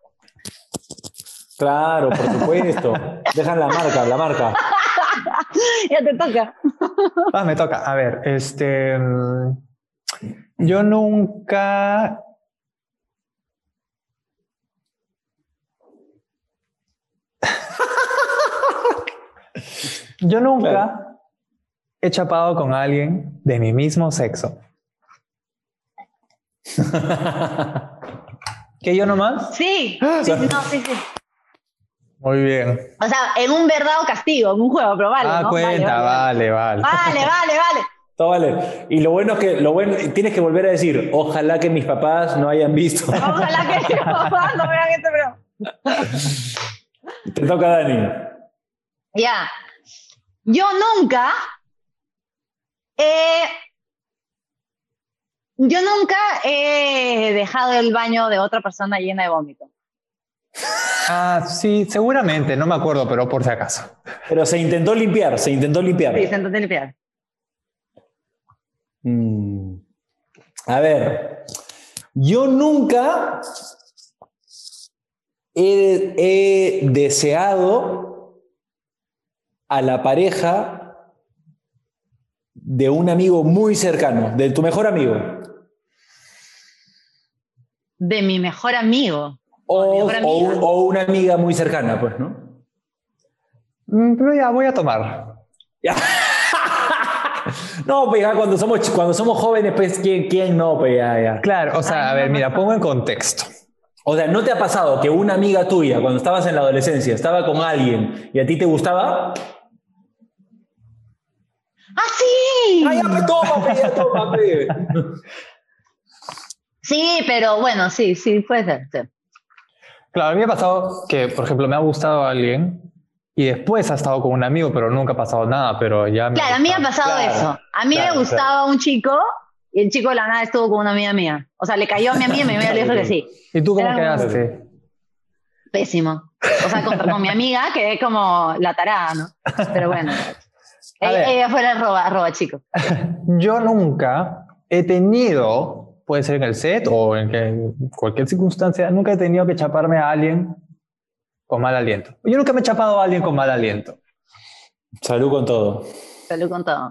Claro, por supuesto. Dejan la marca. Ya te toca. Me toca. A ver, yo nunca... Yo nunca he chapado con alguien de mi mismo sexo. ¿Que yo nomás? Sí, sí. Muy bien. O sea, en un verdad o castigo, en un juego, pero vale, ¿no? Cuenta, vale. Vale. Todo vale. Y lo bueno es que tienes que volver a decir, ojalá que mis papás no hayan visto. Ojalá que mis papás no vean este programa. Te toca, Dani. Ya. Yo nunca he... Yo nunca he dejado el baño de otra persona llena de vómito. Ah, sí, seguramente, no me acuerdo, pero por si acaso. Pero se intentó limpiar. Sí, se intentó limpiar. A ver, yo nunca he deseado a la pareja de un amigo muy cercano, de tu mejor amigo. De mi mejor amigo. O una amiga muy cercana, pues, ¿no? Pero ya, voy a tomar. No, pues ya cuando somos jóvenes, pues, ¿quién no? Pues ya. Claro, o sea, a ver, mira, pongo en contexto. O sea, ¿no te ha pasado que una amiga tuya, cuando estabas en la adolescencia, estaba con alguien y a ti te gustaba? ¡Ah, sí! ¡Ah, ya, pues toma, pues! Sí, pero bueno, sí, puede ser. Sí. Claro, a mí me ha pasado que, por ejemplo, me ha gustado alguien y después ha estado con un amigo, pero nunca ha pasado nada, pero ya me Claro, a mí me ha pasado Claro, eso. A mí me gustaba un chico y el chico de la nada estuvo con una amiga mía. O sea, le cayó a mi amiga y mi amiga le dijo que sí. ¿Y tú cómo Era quedaste? Pésimo. O sea, con mi amiga quedé como la tarada, ¿no? Pero bueno. Ella fue la roba chico. Yo nunca he tenido, puede ser en el set o en cualquier circunstancia, nunca he tenido que chaparme a alguien con mal aliento. Yo nunca me he chapado a alguien con mal aliento. Salud con todo. Salud con todo.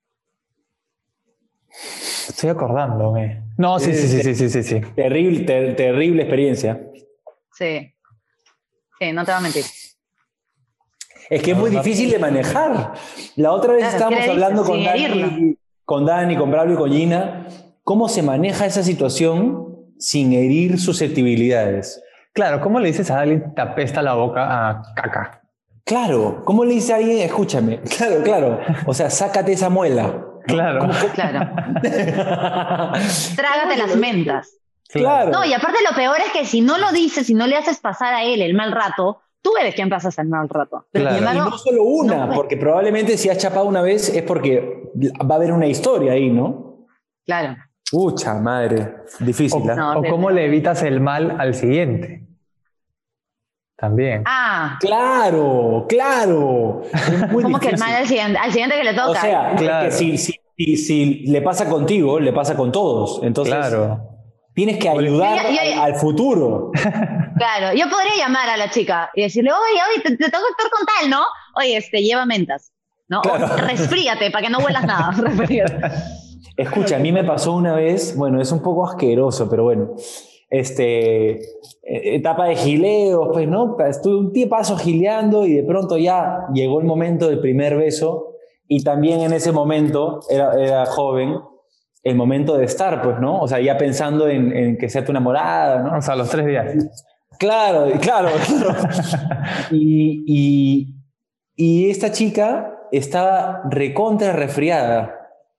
Estoy acordándome. No, sí. Terrible experiencia. Sí. Sí, no te voy a mentir. Es que es muy difícil de manejar. La otra vez estábamos hablando con Dani, con Pablo y con Gina, cómo se maneja esa situación sin herir susceptibilidades. Claro, ¿cómo le dices a alguien te apesta la boca a caca? Claro, ¿cómo le dice a alguien, escúchame? Claro. O sea, sácate esa muela. Claro. Claro. Trágate las mentas. Claro. No, y aparte lo peor es que si no lo dices, si no le haces pasar a él el mal rato, tú eres quien pasas el mal rato. Pero Claro. embargo, Y no solo una, porque probablemente si has chapado una vez es porque va a haber una historia ahí, ¿no? Claro. Pucha madre, difícil, ¿eh? No, O cómo le evitas el mal al siguiente. También. Ah, Claro. Es muy como que el difícil. mal al siguiente que le toca. O sea, Claro. es que si le pasa contigo, le pasa con todos. Entonces, Claro. tienes que ayudar al futuro. Claro, yo podría llamar a la chica y decirle, oye, te tengo que actuar con tal, ¿no? Oye, lleva mentas, ¿no? Claro. O resfríate para que no huelas nada. Resfríate. Escucha, a mí me pasó una vez, bueno, es un poco asqueroso, pero bueno, etapa de gileos, pues, ¿no? Estuve un tiepazo gileando y de pronto ya llegó el momento del primer beso y también en ese momento, era joven, el momento de estar, pues, ¿no? O sea, ya pensando en que sea tu enamorada, ¿no? O sea, los 3 días. Claro. Y esta chica estaba recontra resfriada.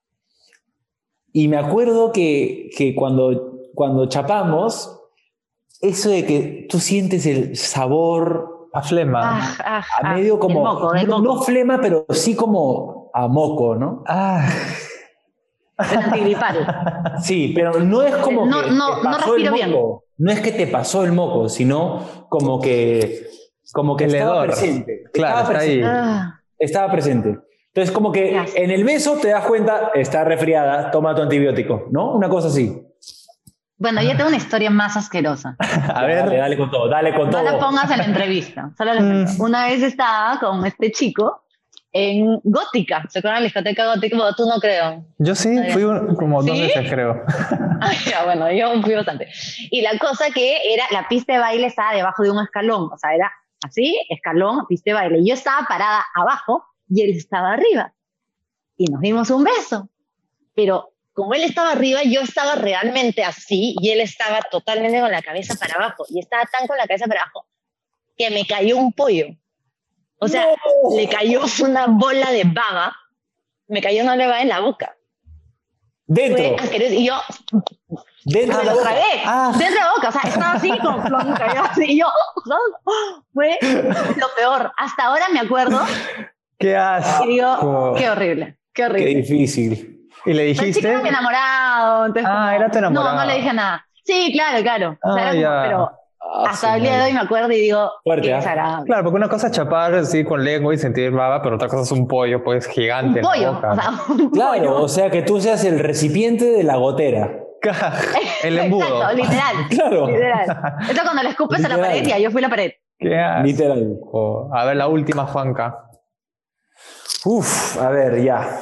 Y me acuerdo que cuando chapamos, eso de que tú sientes el sabor A flema. a medio como... del moco. No flema, pero sí como a moco, ¿no? El antigripal. Sí, pero no es como No, que no, te no pasó el respiro bien. moco. No es que te pasó el moco, sino como que El estaba hedor. presente. Claro, está ahí. Estaba presente. Entonces, como que en el beso te das cuenta, está resfriada, toma tu antibiótico, ¿no? Una cosa así. Bueno, yo tengo una historia más asquerosa. A ver. Dale con todo, No la pongas en la entrevista. Solo la cuento. Una vez estaba con este chico en Gótica. ¿Se acuerdan de la discoteca Gótica? Bueno, tú no creo. Yo sí, fui como 2 ¿Sí? veces, creo. Ya, bueno, yo fui bastante. Y la cosa que era, la pista de baile estaba debajo de un escalón. O sea, era así, escalón, pista de baile. Y yo estaba parada abajo y él estaba arriba. Y nos dimos un beso. Pero como él estaba arriba, yo estaba realmente así y él estaba totalmente con la cabeza para abajo. Y estaba tan con la cabeza para abajo que me cayó un pollo. O sea, le cayó una bola de baba. Me cayó una bola de baba en la boca. Dentro. Fue asqueroso. Y yo, Dentro de Me la lo boca. tragué, Ah. dentro de la boca, o sea, estaba así, con flon, cayó así, y yo, fue lo peor. Hasta ahora me acuerdo ¡Qué y digo, asco! qué horrible, qué Qué horrible. difícil. ¿Y le El chico dijiste? era mi enamorado, entonces Era tu enamorado. No le dije nada. Sí, claro. O sea, era como, Ya. pero Ah, hasta el día de hoy me acuerdo y digo, Fuerte, qué ¿ah? desagradable. Claro, porque una cosa es chapar así con lengua y sentir baba, pero otra cosa es un pollo, pues, gigante Un pollo, en la boca. o sea, un Claro, pollo. o sea que tú seas el recipiente de la gotera. El embudo. Exacto, literal. Claro. Literal. Eso cuando le escupes a la Literal. pared, ya, yo fui la pared. Qué asco. Literal. A ver, la última, Juanca. Uf, a ver, ya.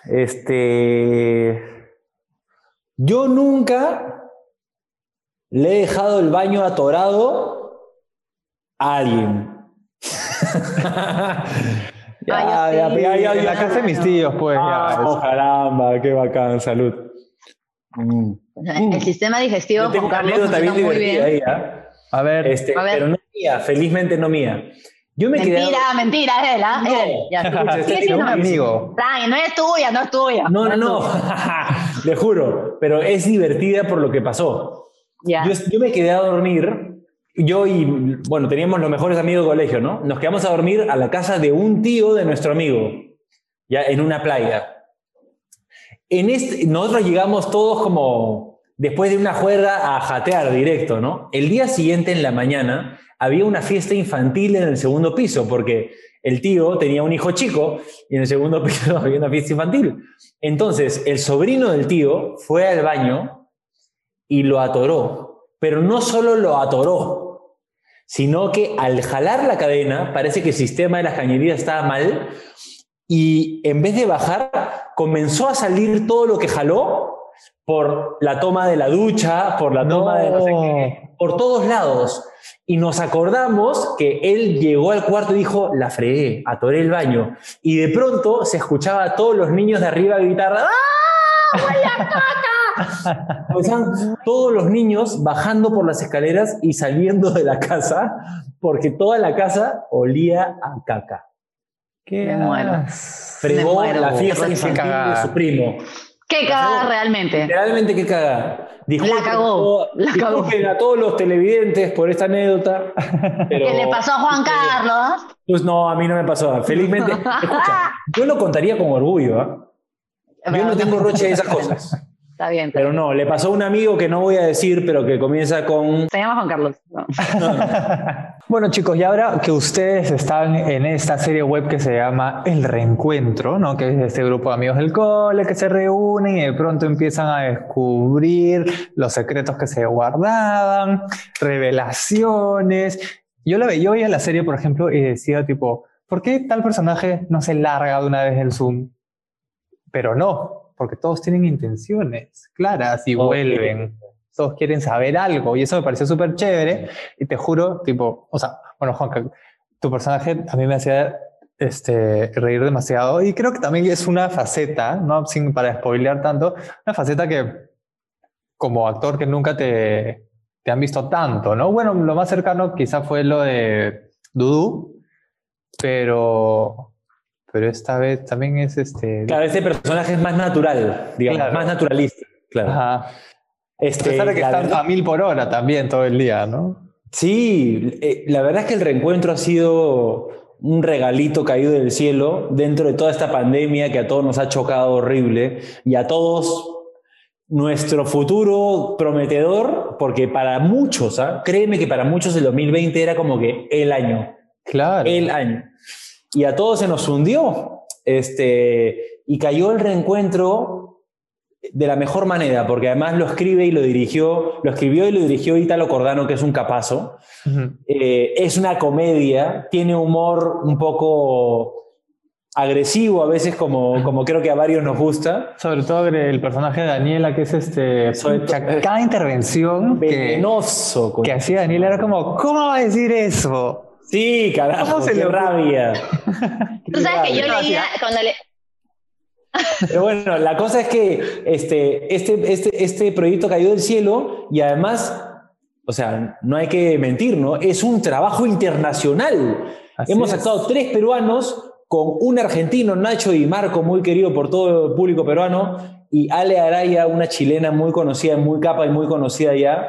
Yo nunca le he dejado el baño atorado a alguien. yo sí. En la casa de mis tíos, pues, ya. Oh, caramba, qué bacán, salud. El sistema digestivo Yo tengo Juan una Carlos anécdota bien funciona muy divertida bien. ahí, ¿ah? A ver, A ver. Pero no mía, felizmente no mía. Yo me quedé... Mentira, es él, ¿ah? No. Es él. Ya, Escucha, sigue este siendo un amigo. Tranqui, no es tuya. No. Le juro, pero es divertida por lo que pasó. Ya. Yo me quedé a dormir, yo y, bueno, teníamos los mejores amigos de colegio, ¿no? Nos quedamos a dormir a la casa de un tío de nuestro amigo, ya en una playa. Nosotros llegamos todos como después de una juerga a jatear directo, ¿no? El día siguiente en la mañana había una fiesta infantil en el segundo piso, porque el tío tenía un hijo chico y en el segundo piso había una fiesta infantil. Entonces, el sobrino del tío fue al baño y lo atoró. Pero no solo lo atoró, sino que al jalar la cadena, parece que el sistema de las cañerías estaba mal y en vez de bajar, comenzó a salir todo lo que jaló por la toma de la ducha, por la toma de no sé qué, por todos lados. Y nos acordamos que él llegó al cuarto y dijo, la fregué, atoré el baño. Y de pronto se escuchaba a todos los niños de arriba gritar, ¡ah! ¡Vaya caca! Estaban todos los niños bajando por las escaleras y saliendo de la casa, porque toda la casa olía a caca. ¿qué Me muero. Fregó Me muero. la fiesta Qué infantil cagada. de su primo. Qué cagada realmente. Literalmente qué cagada. La cagó. Disculpen a todos los televidentes por esta anécdota. Pero, ¿Qué le pasó a Juan Carlos? Pues no, a mí no me pasó. Felizmente. Escucha, yo lo contaría con orgullo. ¿Eh? Yo no tengo roche de esas cosas. Está bien. Pero no, le pasó a un amigo que no voy a decir, pero que comienza con... Se llama Juan Carlos. No. Bueno, chicos, y ahora que ustedes están en esta serie web que se llama El Reencuentro, ¿no? Que es este grupo de amigos del cole que se reúnen y de pronto empiezan a descubrir los secretos que se guardaban, revelaciones. Yo veía la serie, por ejemplo, y decía tipo, ¿por qué tal personaje no se larga de una vez el Zoom? Pero no, porque todos tienen intenciones claras y vuelven. Todos quieren saber algo y eso me pareció súper chévere y te juro, tipo, o sea, bueno, Juanca, tu personaje a mí me hacía reír demasiado y creo que también es una faceta, no sin para spoilear tanto, una faceta que como actor que nunca te han visto tanto, ¿no? Bueno, lo más cercano quizá fue lo de Dudu, pero esta vez también es Claro, ese personaje es más natural, digamos, Claro. más naturalista. Claro. Ajá. A pesar de que la están verdad- a 1000 por hora también todo el día, ¿no? Sí, la verdad es que el reencuentro ha sido un regalito caído del cielo dentro de toda esta pandemia que a todos nos ha chocado horrible y a todos nuestro futuro prometedor, porque para muchos, créeme que para muchos el 2020 era como que el año. Claro. El año. Y a todos se nos hundió. Y cayó el reencuentro de la mejor manera, porque además lo escribió y lo dirigió Ítalo Cordano, que es un capazo. Ujú. Es una comedia, tiene humor un poco agresivo a veces, como creo que a varios nos gusta. Sobre todo el personaje de Daniela, que es Sobre todo- cada intervención Venenoso. que hacía Daniela era como, ¿cómo va a decir eso? Sí, carajo, ¿Cómo se qué le ocurre? rabia. Tú sabes que yo No, leía sí. cuando le... Pero bueno, la cosa es que este proyecto cayó del cielo y además, o sea, no hay que mentir, ¿no? Es un trabajo internacional. Así Hemos es. actuado 3 peruanos con un argentino, Nacho y Marco, muy querido por todo el público peruano, y Ale Araya, una chilena muy conocida, muy capa y muy conocida ya,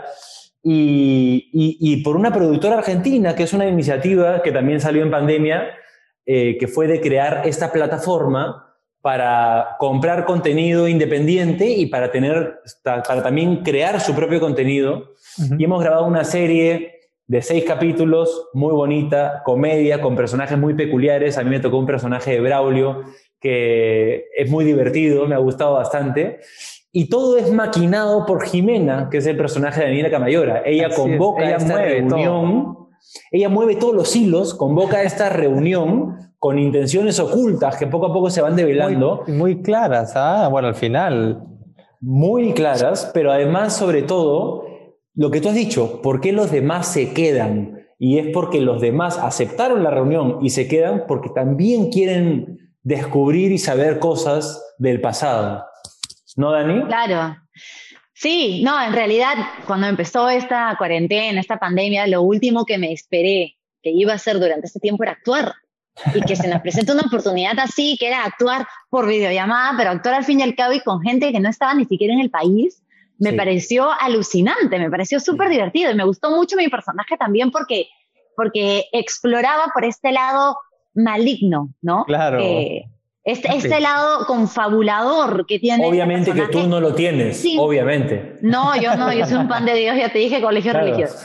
y por una productora argentina, que es una iniciativa que también salió en pandemia, que fue de crear esta plataforma para comprar contenido independiente y para también crear su propio contenido. Ujú. Y hemos grabado una serie de 6 capítulos, muy bonita, comedia, con personajes muy peculiares. A mí me tocó un personaje de Braulio que es muy divertido, me ha gustado bastante. Y todo es maquinado por Jimena, que es el personaje de Daniela Camayora. Ella Así es, convoca ella esta mueve reunión, ella mueve todos los hilos, convoca esta reunión con intenciones ocultas que poco a poco se van develando. Muy claras, bueno, al final. Muy claras, pero además, sobre todo, lo que tú has dicho, ¿por qué los demás se quedan? Y es porque los demás aceptaron la reunión y se quedan porque también quieren descubrir y saber cosas del pasado. ¿No, Dani? Claro. Sí, no, en realidad, cuando empezó esta cuarentena, esta pandemia, lo último que me esperé que iba a hacer durante este tiempo era actuar. Y que se nos presenta una oportunidad así, que era actuar por videollamada, pero actuar al fin y al cabo y con gente que no estaba ni siquiera en el país, me pareció alucinante, me pareció súper divertido. Y me gustó mucho mi personaje también porque exploraba por este lado maligno, ¿no? Claro. Este lado confabulador que tiene. Obviamente que tú no lo tienes, sí. Obviamente. No, yo no, yo soy un pan de Dios, ya te dije, colegio religioso.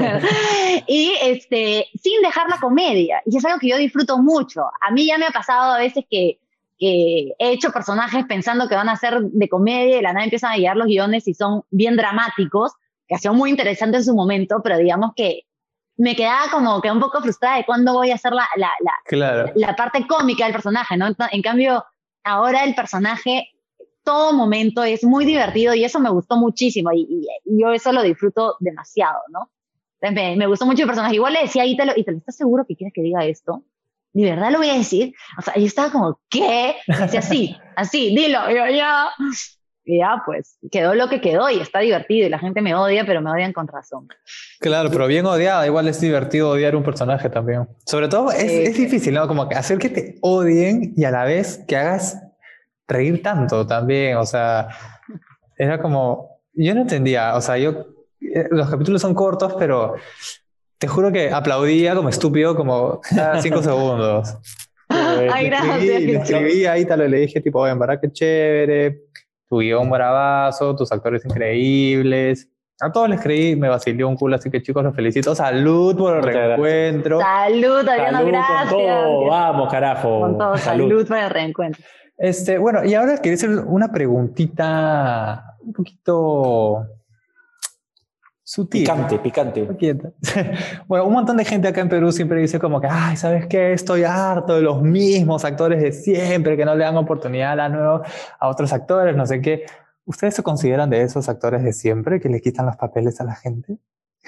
Y sin dejar la comedia, y es algo que yo disfruto mucho. A mí ya me ha pasado a veces que he hecho personajes pensando que van a ser de comedia y de la nada empiezan a llegar los guiones y son bien dramáticos, que ha sido muy interesante en su momento, pero digamos que me quedaba como que un poco frustrada de cuándo voy a hacer Claro. la parte cómica del personaje, ¿no? En cambio, ahora el personaje, todo momento es muy divertido y eso me gustó muchísimo y yo eso lo disfruto demasiado, ¿no? Entonces, me gustó mucho el personaje. Igual le decía a Ítalo, ¿estás seguro que quieres que diga esto? ¿De verdad lo voy a decir? O sea, yo estaba como, ¿qué? Y decía, así, dilo. Y yo, ya. Y ya, pues, quedó lo que quedó y está divertido y la gente me odia, pero me odian con razón. Claro, pero bien odiada. Igual es divertido odiar un personaje también. Sobre todo es difícil, ¿no? Como que hacer que te odien y a la vez que hagas reír tanto también. O sea, era como... Yo no entendía. O sea, los capítulos son cortos, pero te juro que aplaudía como estúpido como cada 5 segundos. Ay, gracias. Le escribí a Ítalo y le dije tipo, en verdad que chévere, tu guión bravazo, tus actores increíbles. A todos les creí, me vaciló un culo, así que chicos, los felicito. Salud por el reencuentro. Salud, Adriano, gracias. Con todo, vamos, carajo. Con todo, salud por el reencuentro. Bueno, y ahora quería hacer una preguntita un poquito sutil. Picante. Bueno, un montón de gente acá en Perú siempre dice como que, ay, ¿sabes qué? Estoy harto de los mismos actores de siempre, que no le dan oportunidad a otros actores, no sé qué. ¿Ustedes se consideran de esos actores de siempre que le quitan los papeles a la gente?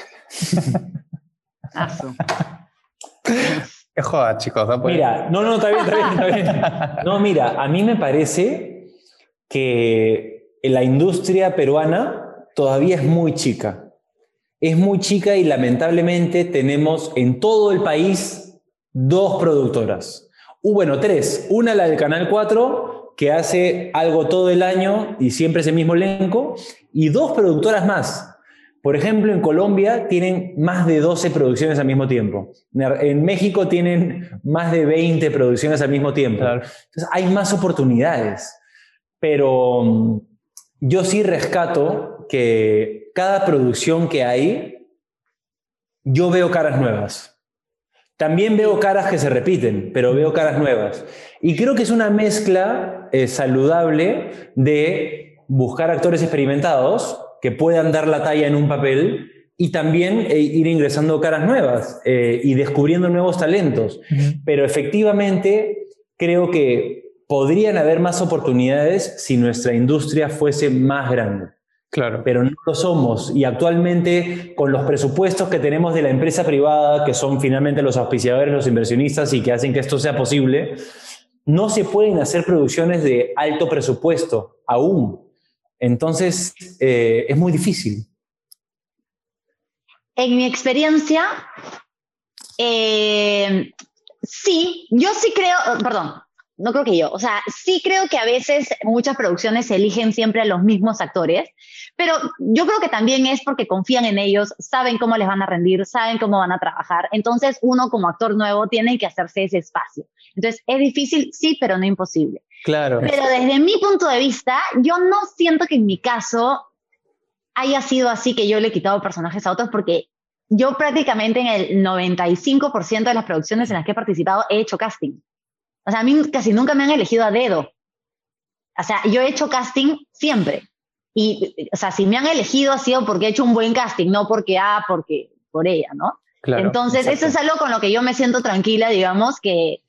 Es joda, chicos. ¿No? Mira, no, está bien. No, mira, a mí me parece que la industria peruana todavía es muy chica. Es muy chica y lamentablemente tenemos en todo el país 2 productoras. Bueno, 3. Una, la del Canal 4, que hace algo todo el año y siempre ese mismo elenco, y 2 productoras más. Por ejemplo, en Colombia tienen más de 12 producciones al mismo tiempo. En México tienen más de 20 producciones al mismo tiempo. Claro. Entonces hay más oportunidades. Pero yo sí rescato que cada producción que hay, yo veo caras nuevas. También veo caras que se repiten, pero veo caras nuevas. Y creo que es una mezcla saludable de buscar actores experimentados que puedan dar la talla en un papel y también ir ingresando caras nuevas y descubriendo nuevos talentos. Pero efectivamente creo que podrían haber más oportunidades si nuestra industria fuese más grande. Claro. Pero no lo somos. Y actualmente, con los presupuestos que tenemos de la empresa privada, que son finalmente los auspiciadores, los inversionistas y que hacen que esto sea posible, no se pueden hacer producciones de alto presupuesto aún. Entonces, es muy difícil. En mi experiencia, sí, yo sí creo, perdón, no creo que yo, o sea, sí creo que a veces muchas producciones eligen siempre a los mismos actores, pero yo creo que también es porque confían en ellos, saben cómo les van a rendir, saben cómo van a trabajar, entonces uno como actor nuevo tiene que hacerse ese espacio. Entonces es difícil, sí, pero no imposible. Claro. Pero desde mi punto de vista, yo no siento que en mi caso haya sido así que yo le he quitado personajes a otros, porque yo prácticamente en el 95% de las producciones en las que he participado he hecho casting. O sea, a mí casi nunca me han elegido a dedo. O sea, yo he hecho casting siempre. Y, o sea, si me han elegido ha sido porque he hecho un buen casting, no porque, por ella, ¿no? Claro, entonces, exacto. eso es algo con lo que yo me siento tranquila, digamos, que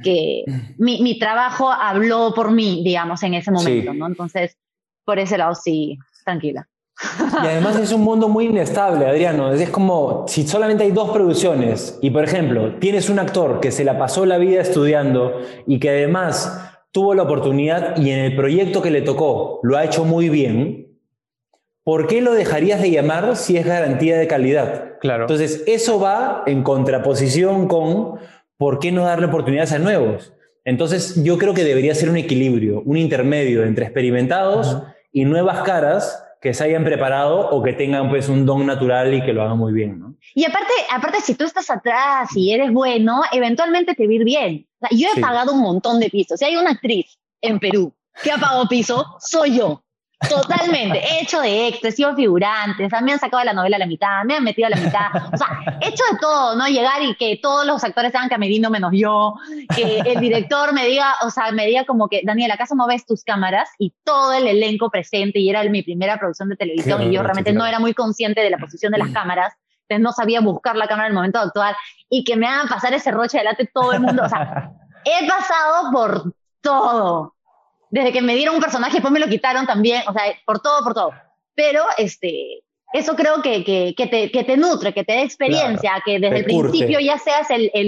mi trabajo habló por mí, digamos, en ese momento, Sí. ¿no? Entonces, por ese lado, sí, tranquila. Y además es un mundo muy inestable, Adriano. Es como si solamente hay 2 producciones y, por ejemplo, tienes un actor que se la pasó la vida estudiando y que además tuvo la oportunidad y en el proyecto que le tocó lo ha hecho muy bien, ¿por qué lo dejarías de llamar si es garantía de calidad? Claro. Entonces, eso va en contraposición con ¿por qué no darle oportunidades a nuevos? Entonces, yo creo que debería ser un equilibrio, un intermedio entre experimentados y nuevas caras que se hayan preparado o que tengan pues un don natural y que lo hagan muy bien, ¿no? Y aparte, si tú estás atrás y eres bueno, eventualmente te va a ir bien. O sea, yo he pagado un montón de pisos. Si hay una actriz en Perú que ha pagado piso, soy yo. Totalmente. He hecho de extra, he sido figurante, o sea, me han sacado de la novela a la mitad, me han metido a la mitad. O sea, he hecho de todo, ¿no? Llegar y que todos los actores sean camerino menos yo, que el director me diga, o sea, me diga como que, Daniel, ¿acaso no ves tus cámaras? Y todo el elenco presente, y era mi primera producción de televisión, y yo realmente no era muy consciente de la posición de las cámaras, entonces no sabía buscar la cámara en el momento de actuar, y que me hagan pasar ese roche delante de todo el mundo. O sea, he pasado por todo. Desde que me dieron un personaje, después me lo quitaron también, o sea, por todo. Pero eso creo que te nutre, que te dé experiencia, claro, que desde el principio ya seas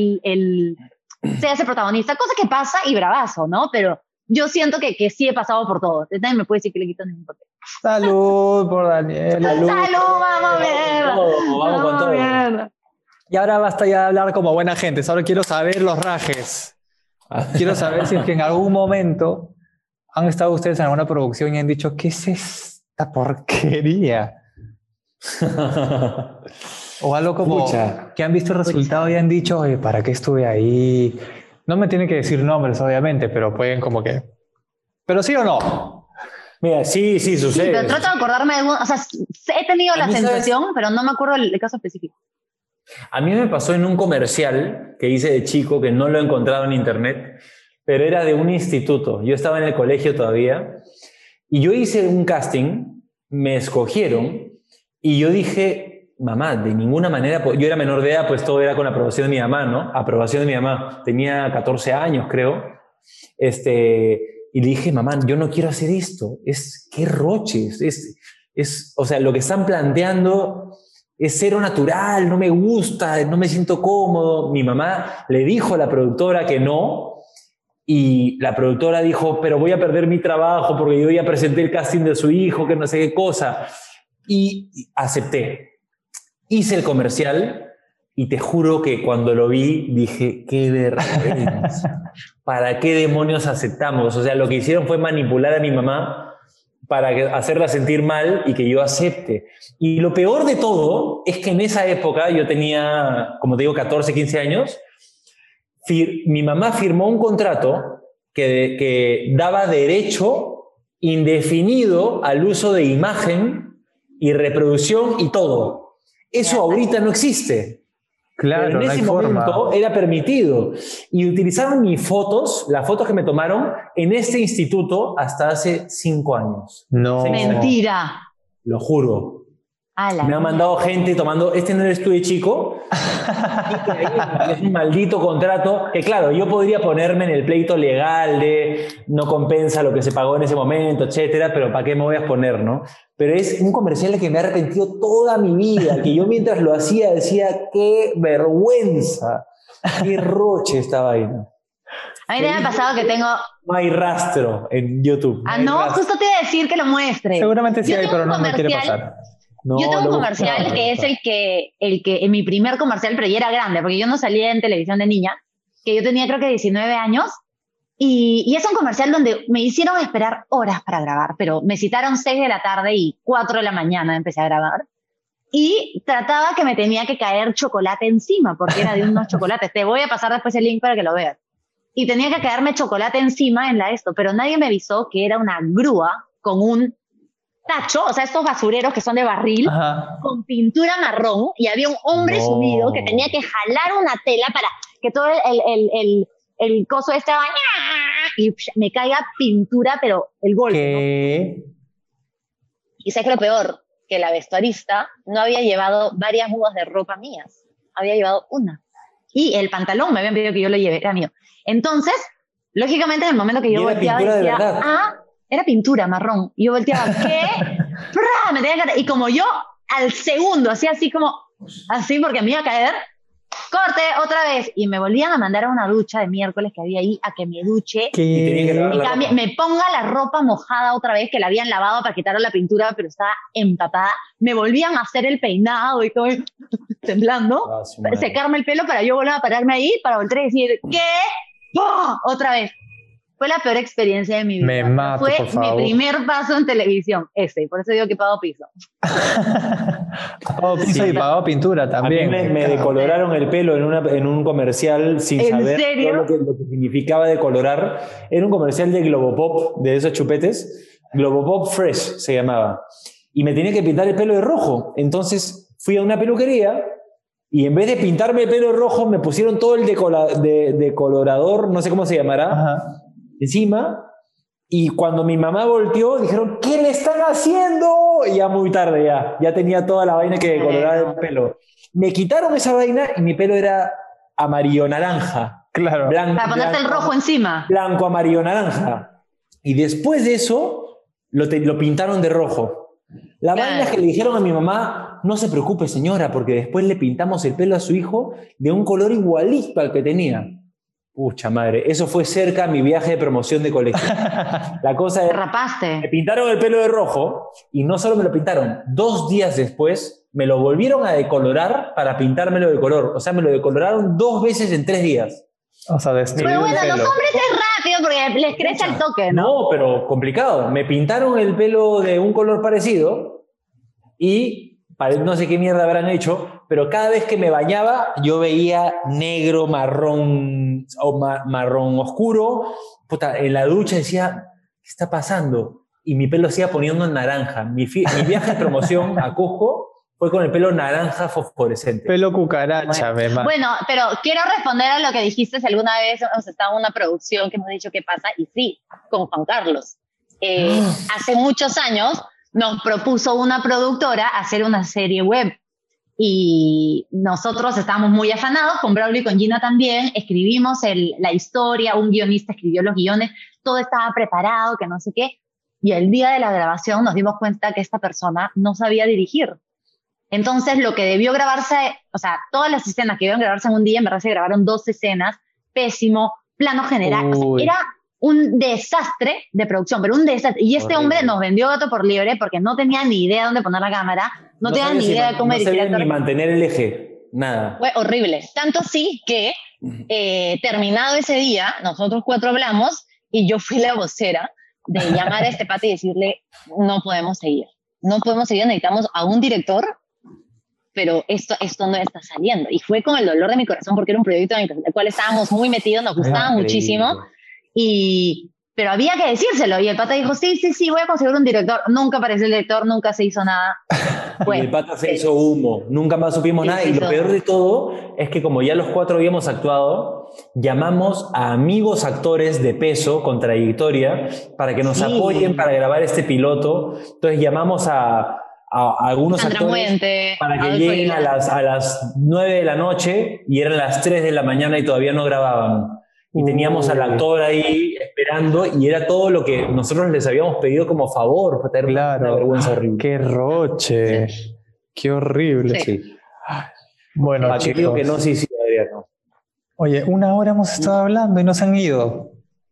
seas el protagonista, cosa que pasa y bravazo, ¿no? Pero yo siento que sí he pasado por todo. Nadie me puede decir que le quito ningún papel. Salud por Daniel. Salud, vamos a ver. Vamos con todo. Ver. Y ahora basta ya de hablar como buena gente. Ahora quiero saber los rajes. Quiero saber si es que en algún momento han estado ustedes en alguna producción y han dicho, ¿qué es esta porquería? O algo como que han visto el resultado y han dicho, oye, ¿para qué estuve ahí? No me tienen que decir nombres, obviamente, pero pueden como que... ¿Pero sí o no? Mira, sí, sucede. Sí, pero trato de acordarme de algún... O sea, he tenido la sensación, ¿sabes? Pero no me acuerdo el caso específico. A mí me pasó en un comercial que hice de chico, que no lo he encontrado en internet, pero era de un instituto. Yo estaba en el colegio todavía y yo hice un casting, me escogieron y yo dije, mamá, de ninguna manera, yo era menor de edad, pues todo era con aprobación de mi mamá, ¿no? Aprobación de mi mamá. Tenía 14 años, creo. Y le dije, mamá, yo no quiero hacer esto. Qué roches. O sea, lo que están planteando es cero natural, no me gusta, no me siento cómodo. Mi mamá le dijo a la productora que no. Y la productora dijo, pero voy a perder mi trabajo porque yo ya presenté el casting de su hijo, que no sé qué cosa. Y acepté. Hice el comercial y te juro que cuando lo vi dije, qué vergüenza. ¿Para qué demonios aceptamos? O sea, lo que hicieron fue manipular a mi mamá para hacerla sentir mal y que yo acepte. Y lo peor de todo es que en esa época yo tenía, como te digo, 14, 15 años. Mi mamá firmó un contrato que daba derecho indefinido al uso de imagen y reproducción y todo. Eso ahorita no existe. Claro, pero en ese momento era permitido. Y utilizaron mis fotos, las fotos que me tomaron, en este instituto hasta hace 5 años. No. Mentira. Lo juro. Me han mandado gente tomando, no eres tú de chico, es un maldito contrato, que claro, yo podría ponerme en el pleito legal de no compensa lo que se pagó en ese momento, etcétera, pero ¿para qué me voy a exponer, no? Pero es un comercial de que me he arrepentido toda mi vida, que yo mientras lo hacía decía, qué vergüenza, qué roche estaba ahí, ¿no? A mí me ha pasado que tengo... No hay rastro en YouTube. No, justo te iba a decir que lo muestre. Seguramente sí hay, pero no me quiere pasar. No, yo tengo un comercial que es el que en mi primer comercial, pero ya era grande, porque yo no salía en televisión de niña, que yo tenía creo que 19 años, Y es un comercial donde me hicieron esperar horas para grabar, pero me citaron 6 de la tarde y 4 de la mañana empecé a grabar. Y trataba que me tenía que caer chocolate encima, porque era de unos chocolates. Te voy a pasar después el link para que lo veas. Y tenía que caerme chocolate encima en pero nadie me avisó que era una grúa con un tacho, o sea, estos basureros que son de barril, Ajá. con pintura marrón, y había un hombre subido que tenía que jalar una tela para que todo el coso estaba y me caiga pintura, pero el golpe, ¿Qué? ¿no? Y sé que lo peor, que la vestuarista no había llevado varias mudas de ropa mías, había llevado una. Y el pantalón me habían pedido que yo lo lleve, era mío. Entonces, lógicamente, en el momento que yo volteaba, decía, era pintura marrón. Y yo volteaba, ¿qué? Me tenía que... Y como yo, al segundo, hacía así como, así porque me iba a caer, corte, otra vez. Y me volvían a mandar a una ducha de miércoles que había ahí, a que me duche. Me ponga la ropa mojada otra vez, que la habían lavado para quitar la pintura, pero estaba empapada. Me volvían a hacer el peinado y como temblando, secarme el pelo para yo volver a pararme ahí, para volver a decir, ¿qué? ¡Oh! Otra vez. Fue la peor experiencia de mi vida. Me mato, fue por favor. mi primer paso en televisión, por eso digo que pago piso. Pago piso y pago pintura también. A mí me decoloraron el pelo en un comercial sin saber todo lo que significaba decolorar. Era un comercial de Globopop, de esos chupetes. Globopop Fresh se llamaba. Y me tenía que pintar el pelo de rojo. Entonces fui a una peluquería y en vez de pintarme el pelo de rojo me pusieron todo el decolorador, no sé cómo se llamará. Ajá. Encima, y cuando mi mamá volteó, dijeron, ¿qué le están haciendo? Y ya muy tarde, ya tenía toda la vaina que decoloraba el pelo. Me quitaron esa vaina y mi pelo era amarillo-naranja. Claro. Para ponerte el rojo encima. Blanco, amarillo-naranja. Y después de eso, lo pintaron de rojo. La vaina es que le dijeron a mi mamá, no se preocupe señora, porque después le pintamos el pelo a su hijo de un color igualito al que tenía. Pucha madre, eso fue cerca a mi viaje de promoción de colegio. La cosa es, rapaste. Me pintaron el pelo de rojo y no solo me lo pintaron, 2 días después me lo volvieron a decolorar para pintármelo de color. O sea, me lo decoloraron 2 veces en 3 días. O sea, pero bueno, los hombres es rápido porque les crece el toque, ¿no? No, pero complicado. Me pintaron el pelo de un color parecido y no sé qué mierda habrán hecho, pero cada vez que me bañaba yo veía negro, marrón o marrón oscuro. Puta, en la ducha decía, ¿qué está pasando? Y mi pelo se iba poniendo en naranja. Mi viaje de promoción a Cusco fue con el pelo naranja fosforescente. Pelo cucaracha, Bueno, pero quiero responder a lo que dijiste si alguna vez hemos estado en una producción que hemos dicho qué pasa, y sí, con Juan Carlos. Hace muchos años nos propuso una productora hacer una serie web y nosotros estábamos muy afanados, con Braulio y con Gina también, escribimos la historia, un guionista escribió los guiones, todo estaba preparado, que no sé qué, y el día de la grabación nos dimos cuenta que esta persona no sabía dirigir. Entonces lo que debió grabarse, o sea, todas las escenas que debían grabarse en un día, en verdad se grabaron 2 escenas, pésimo, plano general, o sea, era un desastre de producción, pero un desastre. Y este hombre nos vendió gato por liebre porque no tenía ni idea de dónde poner la cámara, no tenía ni idea de cómo dirigir. No sabía ni mantener el eje, nada. Fue horrible. Tanto sí que, terminado ese día, nosotros 4 hablamos y yo fui la vocera de llamar a este pata y decirle, no podemos seguir, necesitamos a un director, pero esto no está saliendo. Y fue con el dolor de mi corazón porque era un proyecto en el cual estábamos muy metidos, nos gustaba muchísimo. Pero había que decírselo, y el pata dijo, sí, voy a conseguir un director. Nunca apareció el director, nunca se hizo nada. Y el pata se hizo humo, nunca más supimos nada, y lo peor de todo es que como ya los 4 habíamos actuado, llamamos a amigos actores de peso, con trayectoria, para que nos apoyen para grabar este piloto. Entonces llamamos a algunos actores para que lleguen a las 9 de la noche y eran las 3 de la mañana y todavía no grababan. Y teníamos al actor ahí esperando y era todo lo que nosotros les habíamos pedido como favor. Claro. Una vergüenza horrible. Qué roche. Qué horrible. Sí. Bueno, chicos. Digo que no, sí, Adriano. Oye, 1 hora hemos estado hablando y no se han ido.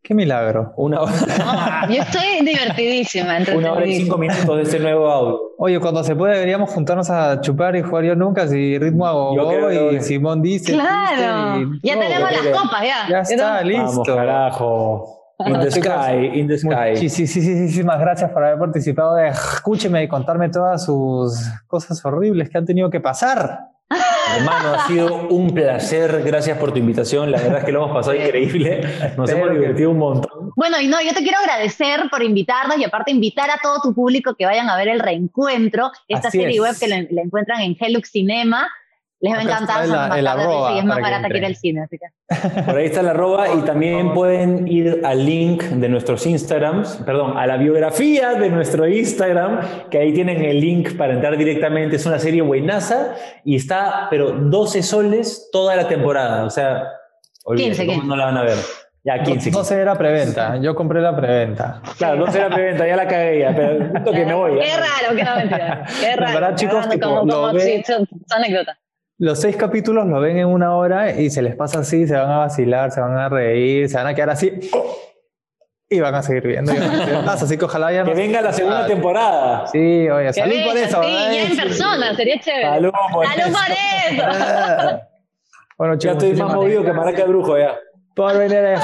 Qué milagro. Una hora, Yo estoy divertidísima, 1 hora y 5 minutos de este nuevo audio. Oye, cuando se puede deberíamos juntarnos a chupar y jugar yo nunca, si Ritmo a Yo creo Gogo que- y Simón dice. Claro, Triste y ya todo. tenemos yo las creo que- copas, ya. Ya está, listo. Vamos, carajo. In the Chicos, sky, in the sky. Muchísimas gracias por haber participado de Escúcheme y contarme todas sus cosas horribles que han tenido que pasar. Hermano, ha sido un placer. Gracias por tu invitación. La verdad es que lo hemos pasado increíble. Nos Espero hemos que- divertido un montón. Bueno, y no, yo te quiero agradecer por invitarnos y aparte invitar a todo tu público que vayan a ver El Reencuentro, esta Así serie es. web que la encuentran en Helux Cinema. Les va a Acá encantar, está son el bacanas de arroba risa y es más para que barata que ir entren. al cine. Así que. Por ahí está la arroba y también pueden ir al link de nuestros Instagrams, perdón, a la biografía de nuestro Instagram, que ahí tienen el link para entrar directamente. Es una serie buenaza y está, pero 12 soles toda la temporada. O sea, olvídate, 15, ¿cómo no la van a ver? Ya, 15. No sé, era preventa. Yo compré la preventa. Claro, 12 era preventa, ya la cagué ya, pero el punto que me voy. Qué ¿eh? raro, qué no, mentira. Qué raro. verdad, chicos, Hablando tipo, como, lo ve- sí, son anécdotas. Los 6 capítulos lo ven en 1 hora y se les pasa así, se van a vacilar, se van a reír, se van a quedar así y van a seguir viendo. Y van a seguir más, así que ojalá ya Que no- venga la segunda temporada. Sí, oye, Que salud por venga, eso. sí, ¿verdad? ya en persona, sería chévere. Salud por ¡Salud eso. por eso! Bueno, Ya chicos, estoy más muchísimas movido que gracias Maraca Brujo ya. por venir a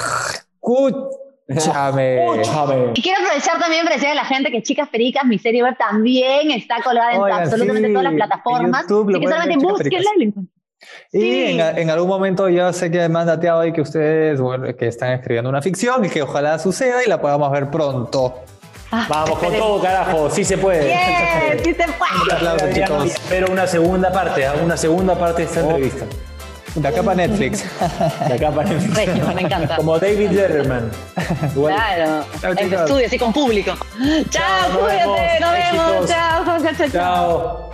Escúchame. Escúchame. Y quiero aprovechar también para decirle a la gente que Chicas Pericas, mi serie web también está colgada en Oigan, absolutamente sí, todas las en plataformas. YouTube lo Así que pueden ver, solamente Chicas búsquenla Pericas. y lo encuentran. Y Sí. en algún momento yo sé que me han dateado ahí que ustedes, bueno, que están escribiendo una ficción y que ojalá suceda y la podamos ver pronto. Ah, Vamos con esperemos. todo, carajo. Sí se puede. Bien, sí se Un puede. aplauso, Ya no, chicos. espero una segunda parte, una segunda parte de esta entrevista. De acá para Netflix. De acá para Regio, me encanta. Como David Letterman. Igual. Claro, Chao, en tu chicos. estudio, así con público. Chao, nos cuídate, vemos. nos vemos. Éxitos. Chao, chao, chao. Chao.